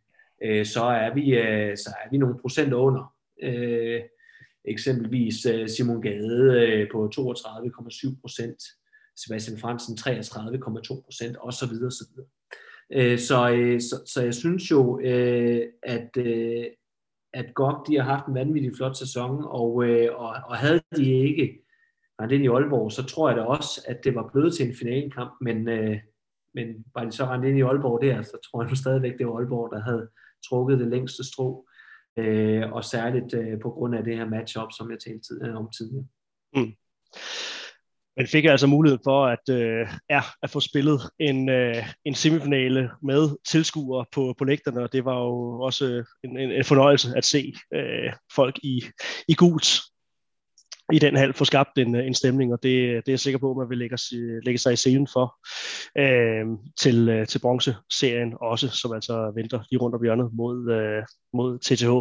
øh, så, er vi, øh, så er vi nogle procent under. Øh, eksempelvis øh, Simon Gade øh, på toogtredive komma syv procent, Sebastian Frandsen treogtredive komma to procent osv. osv. Øh, så, øh, så, så jeg synes jo, øh, at, øh, at G O G de har haft en vanvittig flot sæson, og, øh, og, og havde de ikke rendt ind i Aalborg, så tror jeg da også, at det var blevet til en finalekamp, men, øh, men var de så rendt ind i Aalborg der, så tror jeg nu stadigvæk, det var Aalborg, der havde trukket det længste strå, øh, og særligt øh, på grund af det her matchup, som jeg talte tid, om tidligere. Mm. Men fik altså mulighed for at, øh, ja, at få spillet en, øh, en semifinale med tilskuere på, på lægterne, og det var jo også en, en, en fornøjelse at se øh, folk i, i gult i den hal få skabt en, en stemning, og det, det er jeg sikker på, at man vil lægge, lægge sig i scenen for øh, til, til bronzeserien også, som altså venter lige rundt om hjørnet mod, øh, mod T T H.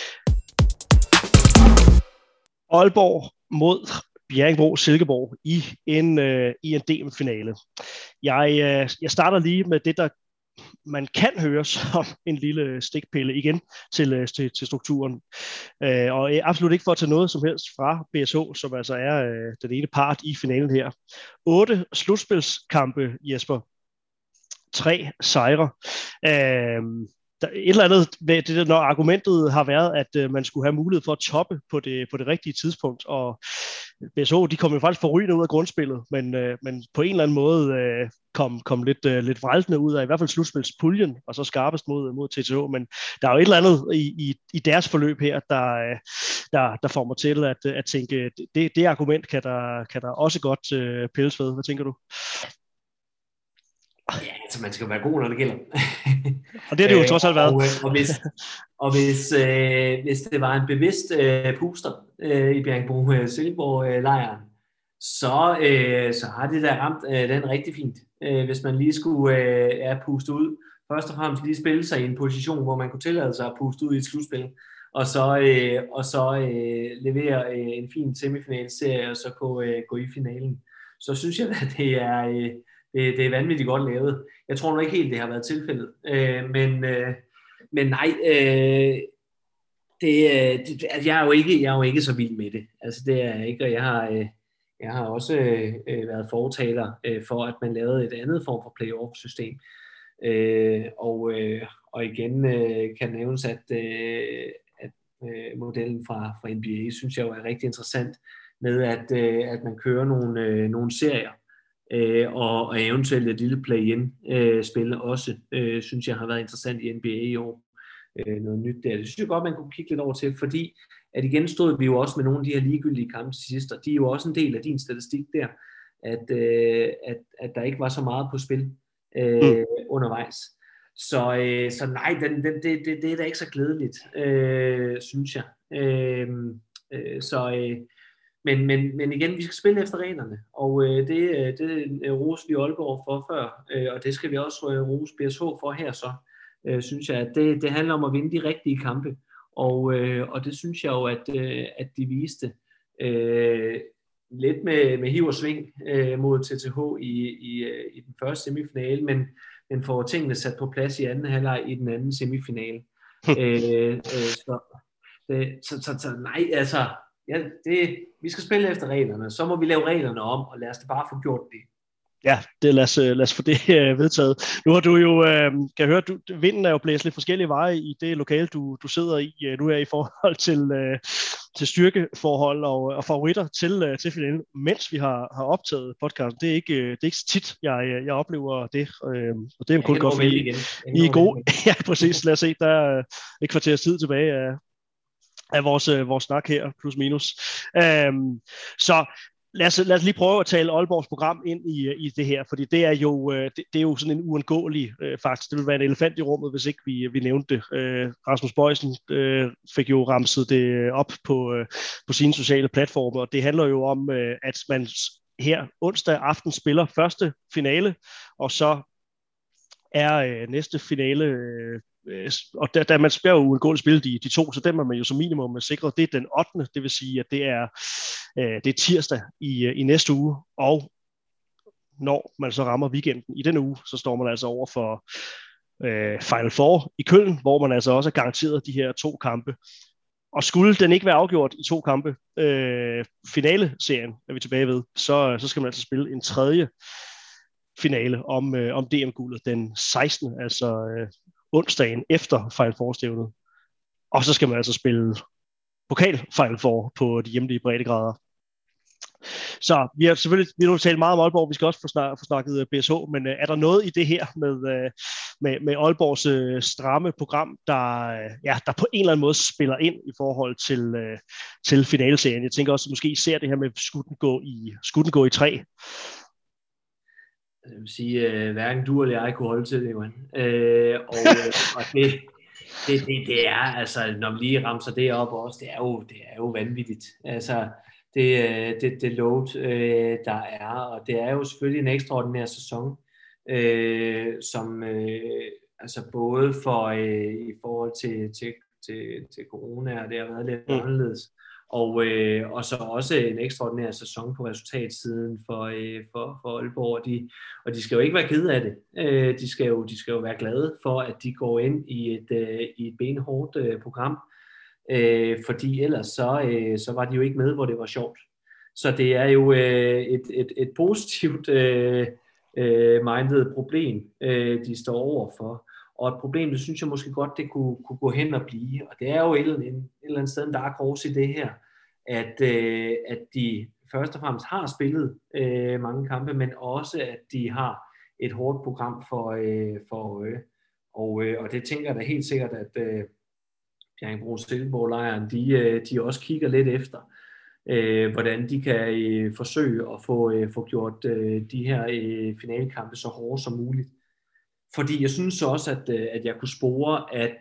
Aalborg mod Bjerringbro-Silkeborg i en, øh, i en D M-finale. Jeg, øh, jeg starter lige med det, der man kan høre som en lille stikpille igen til, til, til strukturen. Øh, og absolut ikke for at tage noget som helst fra B S H, som altså er øh, den ene part i finalen her. Otte slutspilskampe, Jesper. Tre sejre. Øh, Et eller andet ved det, når argumentet har været, at øh, man skulle have mulighed for at toppe på det, på det rigtige tidspunkt, og B S H, de kom jo faktisk forrygende ud af grundspillet, men, øh, men på en eller anden måde øh, kom, kom lidt, øh, lidt vræltende ud af i hvert fald slutspilspuljen, og så skarpest mod, mod T T H, men der er jo et eller andet i, i, i deres forløb her, der, øh, der, der får mig til at, at tænke, det, det argument kan der, kan der også godt øh, pilles ved. Hvad tænker du? Ja, altså man skal jo være god, når det gælder. Og det har det jo trods alt været. og, og, hvis, og hvis, øh, hvis det var en bevidst øh, puster øh, i Bjerringbro-Silkeborg-lejren, så, øh, så har det da ramt øh, den rigtig fint. Øh, hvis man lige skulle øh, ja, puste ud, først og fremmest lige spille sig i en position, hvor man kunne tillade sig at puste ud i et slutspil, og så, øh, og så øh, levere øh, en fin semifinalserie, og så gå, øh, gå i finalen. Så synes jeg, at det er... Øh, Det, det er vanvittigt godt lavet. Jeg tror nu ikke helt, det har været tilfældet. Øh, men, øh, men nej, øh, det, det, jeg, er jo ikke, jeg er jo ikke så vild med det. Altså det er jeg ikke, og jeg har, øh, jeg har også øh, været fortaler øh, for, at man lavede et andet form for playoff-system. Øh, og, øh, og igen øh, kan nævnes, at, øh, at øh, modellen fra, fra N B A, synes jeg jo er rigtig interessant, med at, øh, at man kører nogle, øh, nogle serier, Øh, og, og eventuelt et lille play-in-spil øh, også, øh, synes jeg har været interessant i N B A i år. Øh, noget nyt der. Det synes jeg godt, man kunne kigge lidt over til, fordi at igen stod vi jo også med nogle af de her ligegyldige kampe til sidst, og de er jo også en del af din statistik der, at, øh, at, at der ikke var så meget på spil øh, mm. undervejs. Så, øh, så nej, den, den, det, det, det er da ikke så glædeligt, øh, synes jeg. Øh, øh, så... Øh, Men, men, men igen, vi skal spille efter reglerne, og øh, det, det roste vi Aalborg for før, øh, og det skal vi også øh, rose B S H for her så, øh, synes jeg, at det, det handler om at vinde de rigtige kampe, og, øh, og det synes jeg jo, at, øh, at de viste øh, lidt med, med hiv og sving øh, mod T T H i, i, i den første semifinale, men, men får tingene sat på plads i anden halvleg i den anden semifinale. øh, øh, så, det, så, så, så nej, altså... Ja, det, vi skal spille efter reglerne, så må vi lave reglerne om, og lad os det bare få gjort det. Ja, det, lad, os, lad os få det uh, vedtaget. Nu har du jo, uh, kan jeg høre, du, vinden er jo blæst lidt forskellige veje i det lokale, du, du sidder i uh, nu er i forhold til, uh, til styrkeforhold og, og favoritter til, uh, til finalen, mens vi har, har optaget podcasten. Det er ikke, uh, det er ikke så tit, jeg, jeg oplever det, uh, og det er kun godt, fordi I er gode. Ja, præcis. Lad os se, der er et kvarters tid tilbage af, af vores, vores snak her, plus minus. Um, så lad os, lad os lige prøve at tale Aalborgs program ind i, i det her, fordi det er jo, det, det er jo sådan en uundgåelig uh, faktisk. Det vil være en elefant i rummet, hvis ikke vi, vi nævnte det. Uh, Rasmus Boysen uh, fik jo ramset det op på, uh, på sine sociale platforme, og det handler jo om, uh, at man her onsdag aften spiller første finale, og så er uh, næste finale... Uh, og da, da man spiller jo uundgåeligt spille de, de to, så dem er man jo som minimum sikret. Det er den ottende, det vil sige, at det er, øh, det er tirsdag i, i næste uge, og når man så rammer weekenden i denne uge, så står man altså over for øh, Final Four i Køln, hvor man altså også er garanteret de her to kampe. Og skulle den ikke være afgjort i to kampe, øh, finaleserien er vi tilbage ved, så, så skal man altså spille en tredje finale om, øh, om D M-guldet den sekstende, altså øh, onsdagen efter Final Four-stævnet. Og så skal man altså spille pokal Final Four på de hjemlige breddegrader. Så vi har selvfølgelig vi har talt meget om Aalborg, vi skal også få, snak, få snakket B S H, men øh, er der noget i det her med, øh, med, med Aalborgs øh, stramme program, der, øh, ja, der på en eller anden måde spiller ind i forhold til, øh, til finaleserien? Jeg tænker også, at måske især det her med, skulle den gå i, skulle den gå i tre? Jeg vil sige, øh, hverken du eller jeg kunne holde til det, Johan. Øh, og, øh, og det, det, det, det er, altså, når vi lige ramser det op også, det er jo, det er jo vanvittigt. Altså, det, det, det load, øh, der er, og det er jo selvfølgelig en ekstraordinær sæson, øh, som øh, altså både for øh, i forhold til, til, til, til corona, og det har været lidt mm. anderledes, og, øh, og så også en ekstraordinær sæson på resultatsiden for, øh, for, for Aalborg, og de, og de skal jo ikke være kede af det. Øh, de, skal jo, de skal jo være glade for, at de går ind i et, øh, i et benhårdt øh, program, øh, fordi ellers så, øh, så var de jo ikke med, hvor det var sjovt. Så det er jo øh, et, et, et positivt øh, øh, minded problem, øh, de står overfor. Og et problem, det synes jeg måske godt, det kunne, kunne gå hen og blive. Og det er jo et eller andet, et eller andet sted en dark horse i det her, at, øh, at de først og fremmest har spillet øh, mange kampe, men også at de har et hårdt program for, øh, for øje. Og, øh, og det tænker jeg da helt sikkert, at øh, Bjerringbro-Silkeborg-lejren, de, øh, de også kigger lidt efter, øh, hvordan de kan øh, forsøge at få, øh, få gjort øh, de her øh, finalekampe så hårde som muligt. Fordi jeg synes også, at, at jeg kunne spore, at,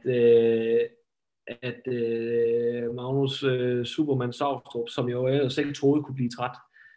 at uh, Magnus uh, Superman Saustrup, som jeg jo ellers ikke troede kunne blive træt,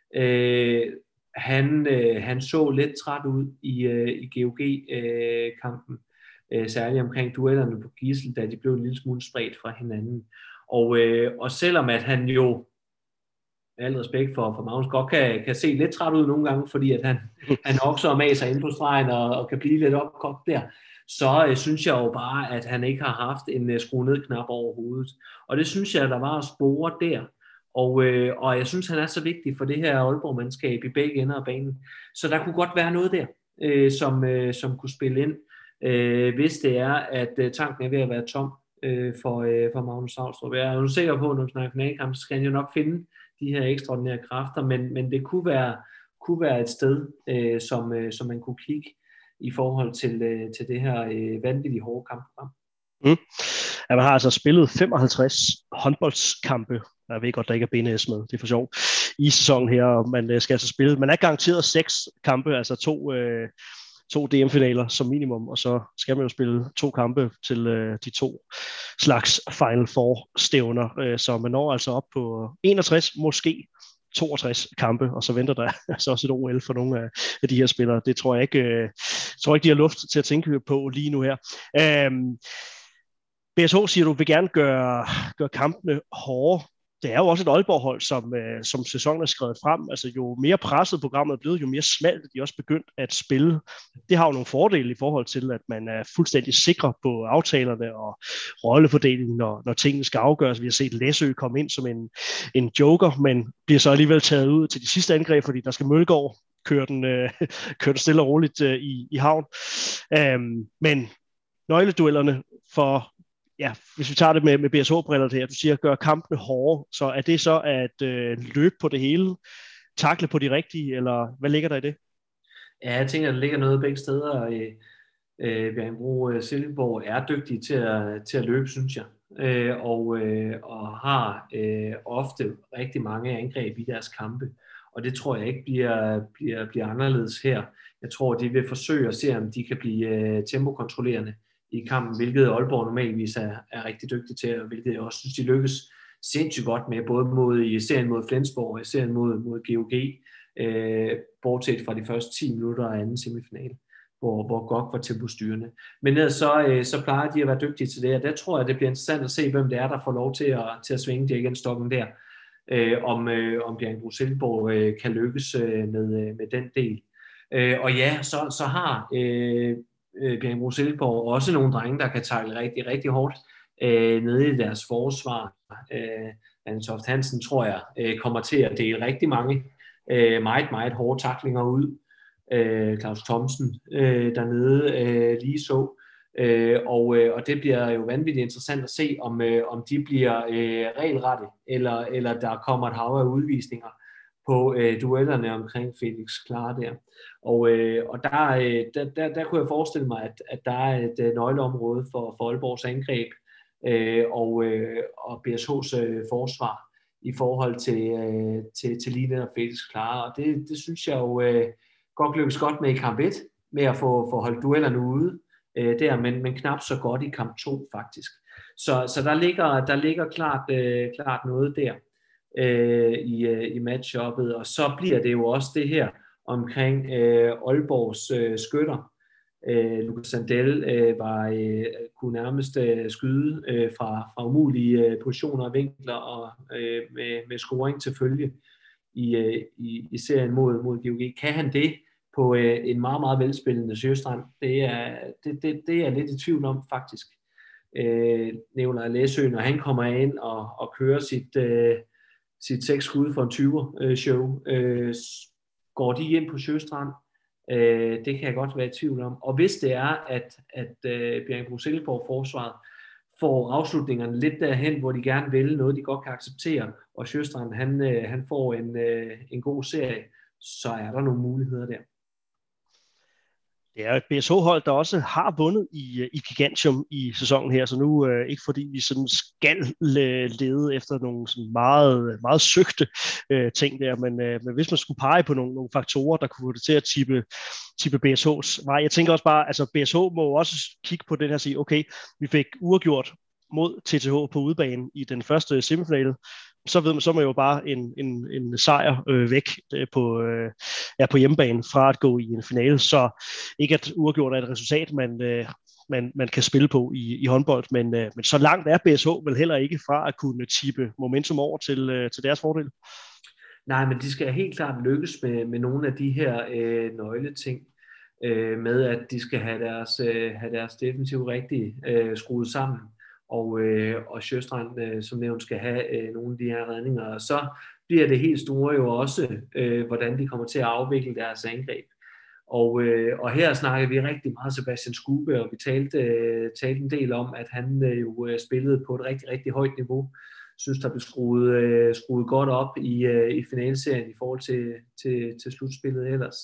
uh, han, uh, han så lidt træt ud i, uh, i G O G-kampen, uh, uh, særligt omkring duellerne på Gidsel, da de blev en lille smule spredt fra hinanden. Og, uh, og selvom at han jo, med al respekt for, for Magnus, godt kan, kan se lidt træt ud nogle gange, fordi at han, han også er med sig inde på stregen og, og kan blive lidt opkogt der, så øh, synes jeg jo bare, at han ikke har haft en øh, skrue ned knap over hovedet. Og det synes jeg, der var at spore der. Og, øh, og jeg synes, han er så vigtig for det her Aalborg-mandskab i begge ender af banen. Så der kunne godt være noget der, øh, som, øh, som kunne spille ind, øh, hvis det er, at øh, tanken er ved at være tom øh, for, øh, for Magnus Saustrup. Jeg er jo sikker på, at når vi snakker finalekamp, så skal han jo nok finde de her ekstraordinære kræfter, men, men det kunne være, kunne være et sted, øh, som, øh, som man kunne kigge i forhold til, øh, til det her øh, vanvittige hårde kampprogram. Mm. Ja, man har altså spillet femoghalvtreds håndboldskampe, jeg ved godt, der ikke er B N S med, det er for sjov, i sæsonen her, og man skal altså spille, man er garanteret seks kampe, altså to, øh, to D M-finaler som minimum, og så skal man jo spille to kampe til øh, de to slags Final Four-stævner, øh, så man når altså op på enogtres, måske toogtres kampe, og så venter der altså også et O L for nogle af, af de her spillere. Det tror jeg ikke, øh, tror jeg ikke de har luft til at tænke på lige nu her. Øhm, B S H siger, du vil gerne gøre, gøre kampene hårde. Det er jo også et Aalborg-hold, som, øh, som sæsonen er skrevet frem. Altså jo mere presset programmet er blevet, jo mere smalt er de også begyndt at spille. Det har jo nogle fordele i forhold til, at man er fuldstændig sikker på aftalerne og rollefordelingen, når, når tingene skal afgøres. Vi har set Læsø komme ind som en, en joker, men bliver så alligevel taget ud til de sidste angreb, fordi der skal Mølgaard køre den, øh, køre den stille og roligt øh, i, i havn. Øhm, men nøgleduellerne for... Ja, hvis vi tager det med, med B S H-briller her, du siger, gør kampene hårde, så er det så at øh, løbe på det hele, takle på de rigtige, eller hvad ligger der i det? Ja, jeg tænker, der ligger noget begge steder. Øh, Bjerringbro Silkeborg er dygtige til at, til at løbe, synes jeg, øh, og, øh, og har øh, ofte rigtig mange angreb i deres kampe, og det tror jeg ikke bliver, bliver, bliver anderledes her. Jeg tror, de vil forsøge at se, om de kan blive øh, tempokontrollerende i kampen, hvilket Aalborg normalvis er, er rigtig dygtig til, og hvilket jeg også synes, de lykkes sindssygt godt med, både mod, i serien mod Flensborg og i serien mod, mod G O G, øh, bortset fra de første ti minutter af anden semifinale, hvor, hvor Gok var tempostyrende. Men ellers så, øh, så plejer de at være dygtige til det, og der tror jeg, det bliver interessant at se, hvem det er, der får lov til at, til at svinge det igen stokken der, øh, om, øh, om Bjerringbro Silkeborg øh, kan lykkes øh, med, øh, med den del. Øh, og ja, så, så har... Øh, øh, Bjerringbro-Silkeborg også nogle drenge, der kan tackle rigtig, rigtig hårdt øh, nede i deres forsvar. Øh, Antoft Hansen, tror jeg, øh, kommer til at dele rigtig mange øh, meget, meget hårde tacklinger ud. Øh, Claus Thomsen øh, dernede øh, lige så. Øh, og, øh, og det bliver jo vanvittigt interessant at se, om, øh, om de bliver øh, regelrette, eller, eller der kommer et hav af udvisninger på øh, duellerne omkring Felix Klar der. Og, øh, og der, øh, der, der, der kunne jeg forestille mig, at, at der er et øh, nøgleområde for, for Aalborgs angreb øh, og, øh, og B S H's øh, forsvar i forhold til, øh, til, til lige og Felix Klar. Og det, det synes jeg jo øh, godt lykkes godt med i kamp et, med at få, få holdt duellerne ude øh, der, men, men knap så godt i kamp to faktisk. Så, så der, ligger, der ligger klart, øh, klart noget der øh, i, øh, i matchuppet, og så bliver det jo også det her omkring øh, Aalborgs øh, skytter. Øh, Lucas Sandell øh, var, øh, kunne nærmest øh, skyde øh, fra, fra umulige øh, positioner og vinkler og øh, med, med scoring til følge i, øh, i, i serien mod, mod G O G. Kan han det på øh, en meget, meget velspillende Sjøstrand? Det er, det, det, det er jeg lidt i tvivl om, faktisk. Øh, Nikolaj Læsø, når han kommer ind og, og kører sit, øh, sit seks skud for en tyver øh, show, øh, går de ind på Sjøstrand? Øh, det kan jeg godt være i tvivl om. Og hvis det er, at, at øh, Bjerringbro-Silkeborg forsvaret får afslutningerne lidt derhen, hvor de gerne vil, noget de godt kan acceptere, og Sjøstrand han, øh, han får en, øh, en god serie, så er der nogle muligheder der. Det er et B S H-hold, der også har vundet i, i Gigantium i sæsonen her, så nu øh, ikke fordi vi sådan skal lede efter nogle sådan meget, meget søgte øh, ting der, men, øh, men hvis man skulle pege på nogle, nogle faktorer, der kunne få det til at tippe, tippe B S H's vej. Jeg tænker også bare, altså B S H må også kigge på den her og sige, okay, vi fik uafgjort mod T T H på udebane i den første semifinale, så ved man, så er man jo bare en, en, en sejr øh, væk på, øh, ja, på hjemmebane fra at gå i en finale. Så ikke at uafgjort er et resultat, man, øh, man, man kan spille på i, i håndbold, men, øh, men så langt er B S H vel heller ikke fra at kunne tippe momentum over til, øh, til deres fordel. Nej, men de skal helt klart lykkes med, med nogle af de her øh, nøgleting, øh, med at de skal have deres, øh, have deres defensiv rigtig øh, skruet sammen. Og, øh, og Sjøstrand, øh, som nævnt, skal have øh, nogle af de her redninger. Og så bliver det helt store jo også, øh, hvordan de kommer til at afvikle deres angreb. Og, øh, og her snakker vi rigtig meget Sebastian Skube, og vi talte, øh, talte en del om, at han øh, jo spillede på et rigtig, rigtig højt niveau. Jeg synes, der blev skruet, øh, skruet godt op i, øh, i finalserien i forhold til, til, til slutspillet ellers.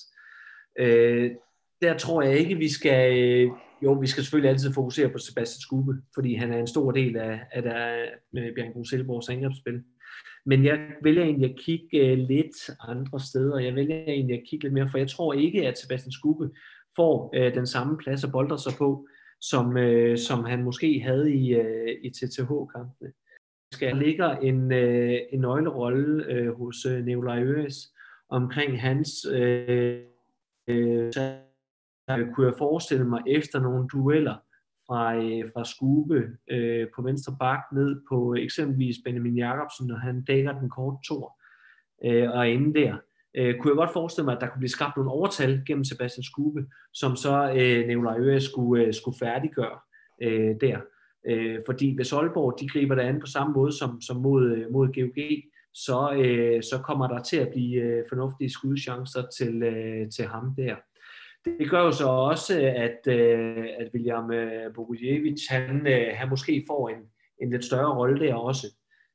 Øh, der tror jeg ikke, vi skal... Øh, Jo, vi skal selvfølgelig altid fokusere på Sebastian Skube, fordi han er en stor del af, af der, med Bjerringbro-Silkeborgs angrebsspil. Men jeg vælger egentlig at kigge lidt andre steder. Jeg vælger egentlig at kigge lidt mere, for jeg tror ikke, at Sebastian Skube får øh, den samme plads at boltre sig på, som, øh, som han måske havde i, øh, i T T H-kampene. Der ligger en, øh, en nøglerolle øh, hos øh, Nikolaj Øres omkring hans... Øh, øh, kunne jeg forestille mig efter nogle dueller fra, øh, fra Skube øh, på venstre bak ned på eksempelvis Benjamin Jacobsen, når han dækker den korte tor øh, og inde der. Øh, kunne jeg godt forestille mig, at der kunne blive skabt nogle overtal gennem Sebastian Skube, som så øh, Nikolaj Øre skulle, øh, skulle færdiggøre øh, der. Øh, fordi hvis Aalborg de griber det an på samme måde som, som mod, mod G O G, så, øh, så kommer der til at blive øh, fornuftige skudchancer til, øh, til ham der. Det gør jo så også, at, at William Bogujevic, han, han måske får en, en lidt større rolle der også.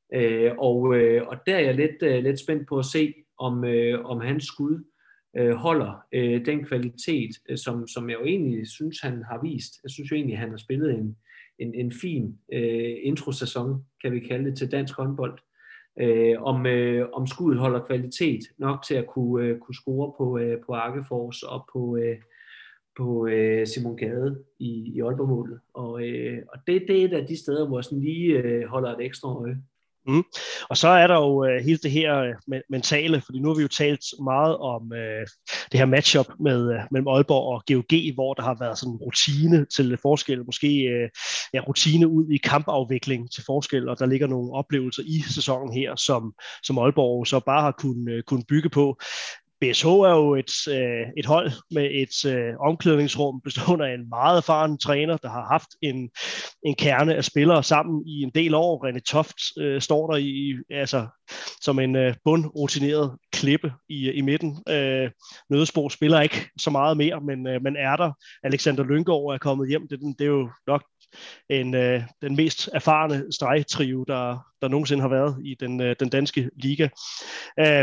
Og, og der er jeg lidt, lidt spændt på at se, om, om hans skud holder den kvalitet, som, som jeg jo egentlig synes, han har vist. Jeg synes jo egentlig, at han har spillet en, en, en fin introsæson, kan vi kalde det, til dansk håndbold. Øh, om, øh, om skuddet holder kvalitet nok til at kunne, øh, kunne score på, øh, på Arkefors og på, øh, på øh, Simon Gade i, i Aalborg-målet. Og, øh, og det, det er et af de steder, hvor jeg sådan lige øh, holder et ekstra øje. Mm. Og så er der jo uh, hele det her uh, mentale, fordi nu har vi jo talt meget om uh, det her matchup med, uh, mellem Aalborg og G O G, hvor der har været sådan en rutine til forskel, måske uh, ja, rutine ud i kampafvikling til forskel, og der ligger nogle oplevelser i sæsonen her, som, som Aalborg så bare har kunnet, uh, kunnet bygge på. B S H er jo et, øh, et hold med et øh, omklædningsrum bestående af en meget erfaren træner, der har haft en, en kerne af spillere sammen i en del år. René Toft øh, står der i, altså, som en øh, bundrutineret klippe i, i midten. Øh, Nødesbo spiller ikke så meget mere, men, øh, men er der. Alexander Lynggaard er kommet hjem. Det, det er jo nok en, øh, den mest erfarne stregtrio, der, der nogensinde har været i den, øh, den danske liga. Øh,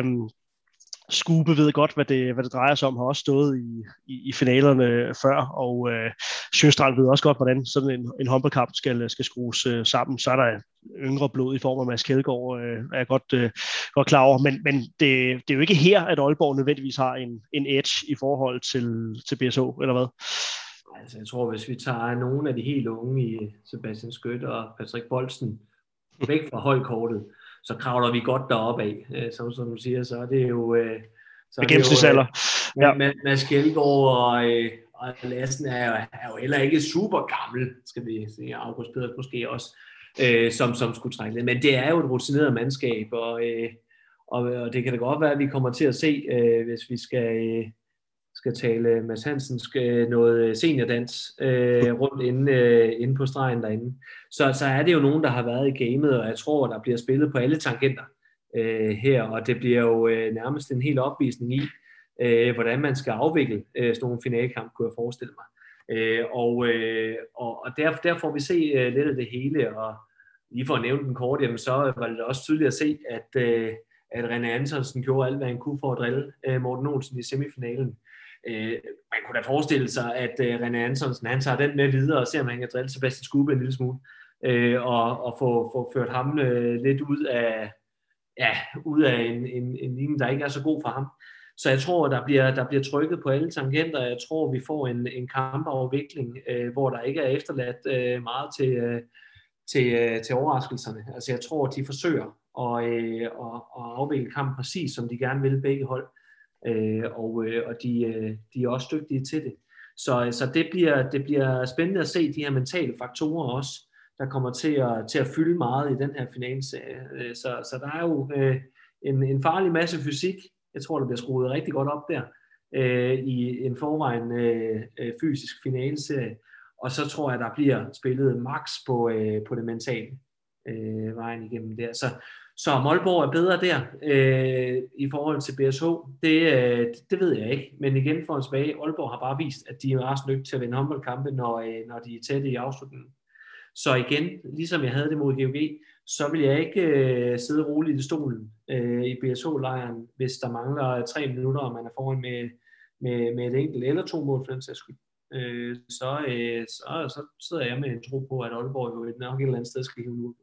Skube ved godt, hvad det, hvad det drejer sig om, har også stået i, i, i finalerne før, og øh, Sjøstrand ved også godt, hvordan sådan en, en håndboldkamp skal, skal skrues øh, sammen. Så er der yngre blod i form af Mads Kjeldgaard, øh, er jeg godt, øh, godt klar over. Men, men det, det er jo ikke her, at Aalborg nødvendigvis har en, en edge i forhold til, til B S H, eller hvad? Altså, jeg tror, hvis vi tager nogle af de helt unge i Sebastian Skødt og Patrick Bolsen væk fra holdkortet, så kravler vi godt deroppe af, som, som du siger, så er det jo... Øh, så er gennemsnitsalder. Ja. Mads Kjeldgaard og, øh, og Lassen er, er jo heller ikke super gammel, skal vi sige, August Pedersen måske også, øh, som, som skulle trække lidt. Men det er jo et rutineret mandskab, og, øh, og, og det kan da godt være, at vi kommer til at se, øh, hvis vi skal... Øh, skal tale Mads Hansen skal noget seniordans øh, rundt inde, øh, inde på stregen derinde. Så, så er det jo nogen, der har været i gamet, og jeg tror, der bliver spillet på alle tangenter øh, her, og det bliver jo øh, nærmest en hel opvisning i, øh, hvordan man skal afvikle øh, sådan nogle finalekamp, kunne jeg forestille mig. Øh, og øh, og, og der, der får vi se øh, lidt af det hele, og lige for at nævne den kort, jamen, så var det også tydeligt at se, at, øh, at René Antonsen gjorde alt, hvad han kunne for at drille øh, Morten Olsen i semifinalen. Øh, man kunne da forestille sig, at øh, René Antonsen, han tager den med videre og ser, om han kan drille Sebastian Skube en lille smule, øh, og, og få, få ført ham øh, lidt ud af, ja, ud af en, en, en linje, der ikke er så god for ham. Så jeg tror, der bliver, der bliver trykket på alle tangenter. Jeg tror, vi får en, en kampafvikling, øh, hvor der ikke er efterladt øh, meget til, øh, til, øh, til overraskelserne. Altså jeg tror, de forsøger at, øh, at, at afvikle kampen præcis, som de gerne vil begge hold. Øh, og øh, og de, øh, de er også dygtige til det. Så, så det, bliver, det bliver spændende at se de her mentale faktorer også, der kommer til at, til at fylde meget i den her finalserie. Så, så der er jo øh, en, en farlig masse fysik. Jeg tror, der bliver skruet rigtig godt op der øh, i en forvejen øh, fysisk finalserie. Og så tror jeg, der bliver spillet max på, øh, på det mentale øh, vejen igennem der. Så Så om Aalborg er bedre der øh, i forhold til B S H, det, øh, det ved jeg ikke. Men igen for en tilbage, Aalborg har bare vist, at de er ret nødt til at vinde håndboldkampe, når, øh, når de er tætte i afslutningen. Så igen, ligesom jeg havde det mod G O G, så vil jeg ikke øh, sidde roligt i stolen øh, i B S H-lejren, hvis der mangler tre minutter, og man er foran med, med, med et enkelt eller to mål for den sags skyld. Øh, så, øh, så, så sidder jeg med en tro på, at Aalborg jo nok et eller andet sted skal hive ud.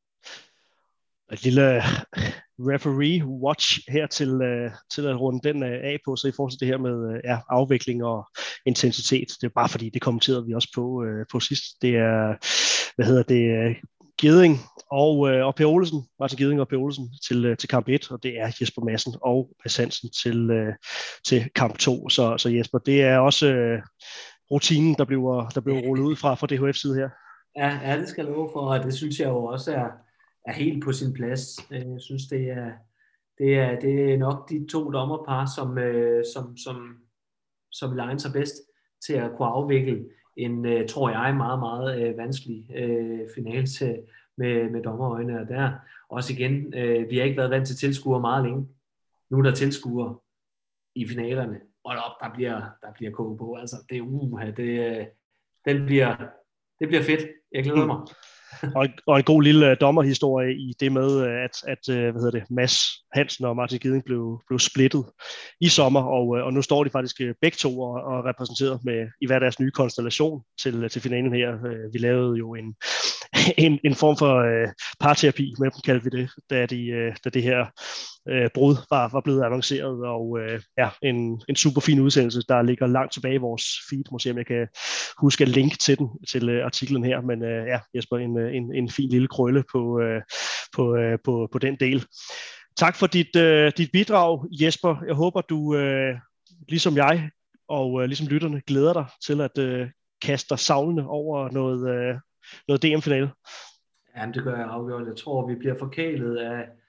Et lille referee watch her til, uh, til at runde den uh, af på, så i forhold til det her med uh, ja, afvikling og intensitet. Det er bare fordi, det kommenterede vi også på, uh, på sidst. Det er, hvad hedder det, uh, Gidding og, uh, og Per Olsen, Martin Gidding og Per Olsen til, uh, til kamp et, og det er Jesper Madsen og Mads Hansen til, uh, til kamp to. Så, så Jesper, det er også uh, rutinen, der bliver, der bliver rullet ud fra, fra D H F's side her. Ja, ja, det skal jeg love for, og det synes jeg jo også er er helt på sin plads. Jeg synes, det er, det er, det er nok de to dommerpar, som, som, som, som legner sig bedst til at kunne afvikle en, tror jeg, meget, meget vanskelig finale med, med dommerøjne. Og der også igen, vi har ikke været vant til tilskuere meget længe. Nu er der tilskuere i finalerne, og der bliver, der bliver koget på. Altså, det er uha, det, den bliver, det bliver fedt. Jeg glæder mig. og, en, og en god lille dommerhistorie i det med, at, at hvad hedder det, Mads Hansen og Martin Gidding blev, blev splittet i sommer, og, og nu står de faktisk begge to og, og repræsenteret med i hver deres nye konstellation til, til finalen her. Vi lavede jo en, en, en form for uh, parterapi med dem, kaldte vi det, da, de, uh, da det her uh, brud var, var blevet annonceret, og uh, ja, en, en super fin udsendelse, der ligger langt tilbage i vores feed. Må se, om jeg kan huske at linke til den, til uh, artiklen her, men uh, ja, Jesper, en, en, en fin lille krølle på, uh, på, uh, på, på den del. Tak for dit, uh, dit bidrag, Jesper. Jeg håber, du uh, ligesom jeg og uh, ligesom lytterne glæder dig til at uh, kaste dig savlende over noget, uh, noget D M-finale. Jamen, det gør jeg afgjort. Jeg tror, vi bliver forkælet af,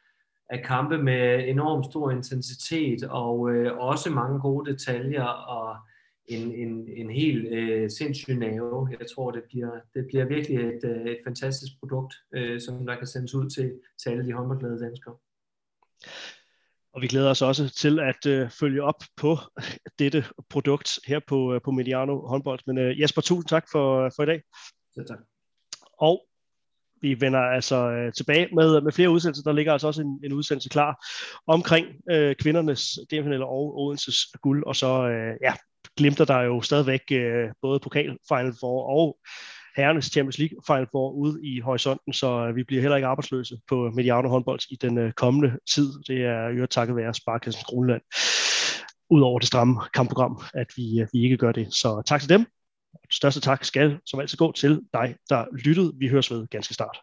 af kampe med enormt stor intensitet og øh, også mange gode detaljer og en, en, en helt øh, sindssyg nerve. Jeg tror, det bliver, det bliver virkelig et, øh, et fantastisk produkt, øh, som der kan sendes ud til, til alle de håndboldglade danskere. Og vi glæder os også til at øh, følge op på dette produkt her på, øh, på Mediano håndbold. Men øh, Jesper, tusind tak for, for i dag. Så tak. Og vi vender altså øh, tilbage med, med flere udsendelser. Der ligger altså også en, en udsendelse klar omkring øh, kvindernes D M-finaler og Odenses guld. Og så øh, ja, glimter der jo stadigvæk øh, både pokal Final Four og herrenes Champions League Final Four ude i horisonten, så vi bliver heller ikke arbejdsløse på Mediano håndbold i den øh, kommende tid. Det er jo takket være Sparekassen Kronjylland, udover det stramme kampprogram, at vi, vi ikke gør det. Så tak til dem. Største tak skal som altid gå til dig, der lyttede. Vi høres ved ganske snart.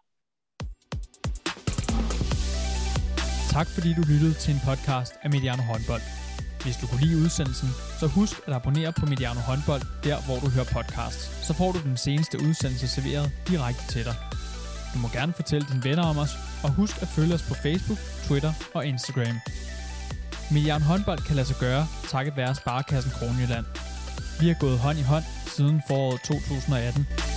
Tak fordi du lyttede til en podcast af Mediano håndbold. Hvis du kunne lide udsendelsen, så husk at abonnere på Mediano håndbold, der hvor du hører podcasts. Så får du den seneste udsendelse serveret direkte til dig. Du må gerne fortælle dine venner om os, og husk at følge os på Facebook, Twitter og Instagram. Mediano håndbold kan lade sig gøre, takket være Sparekassen Kronjylland. Vi har gået hånd i hånd siden foråret to tusind og atten.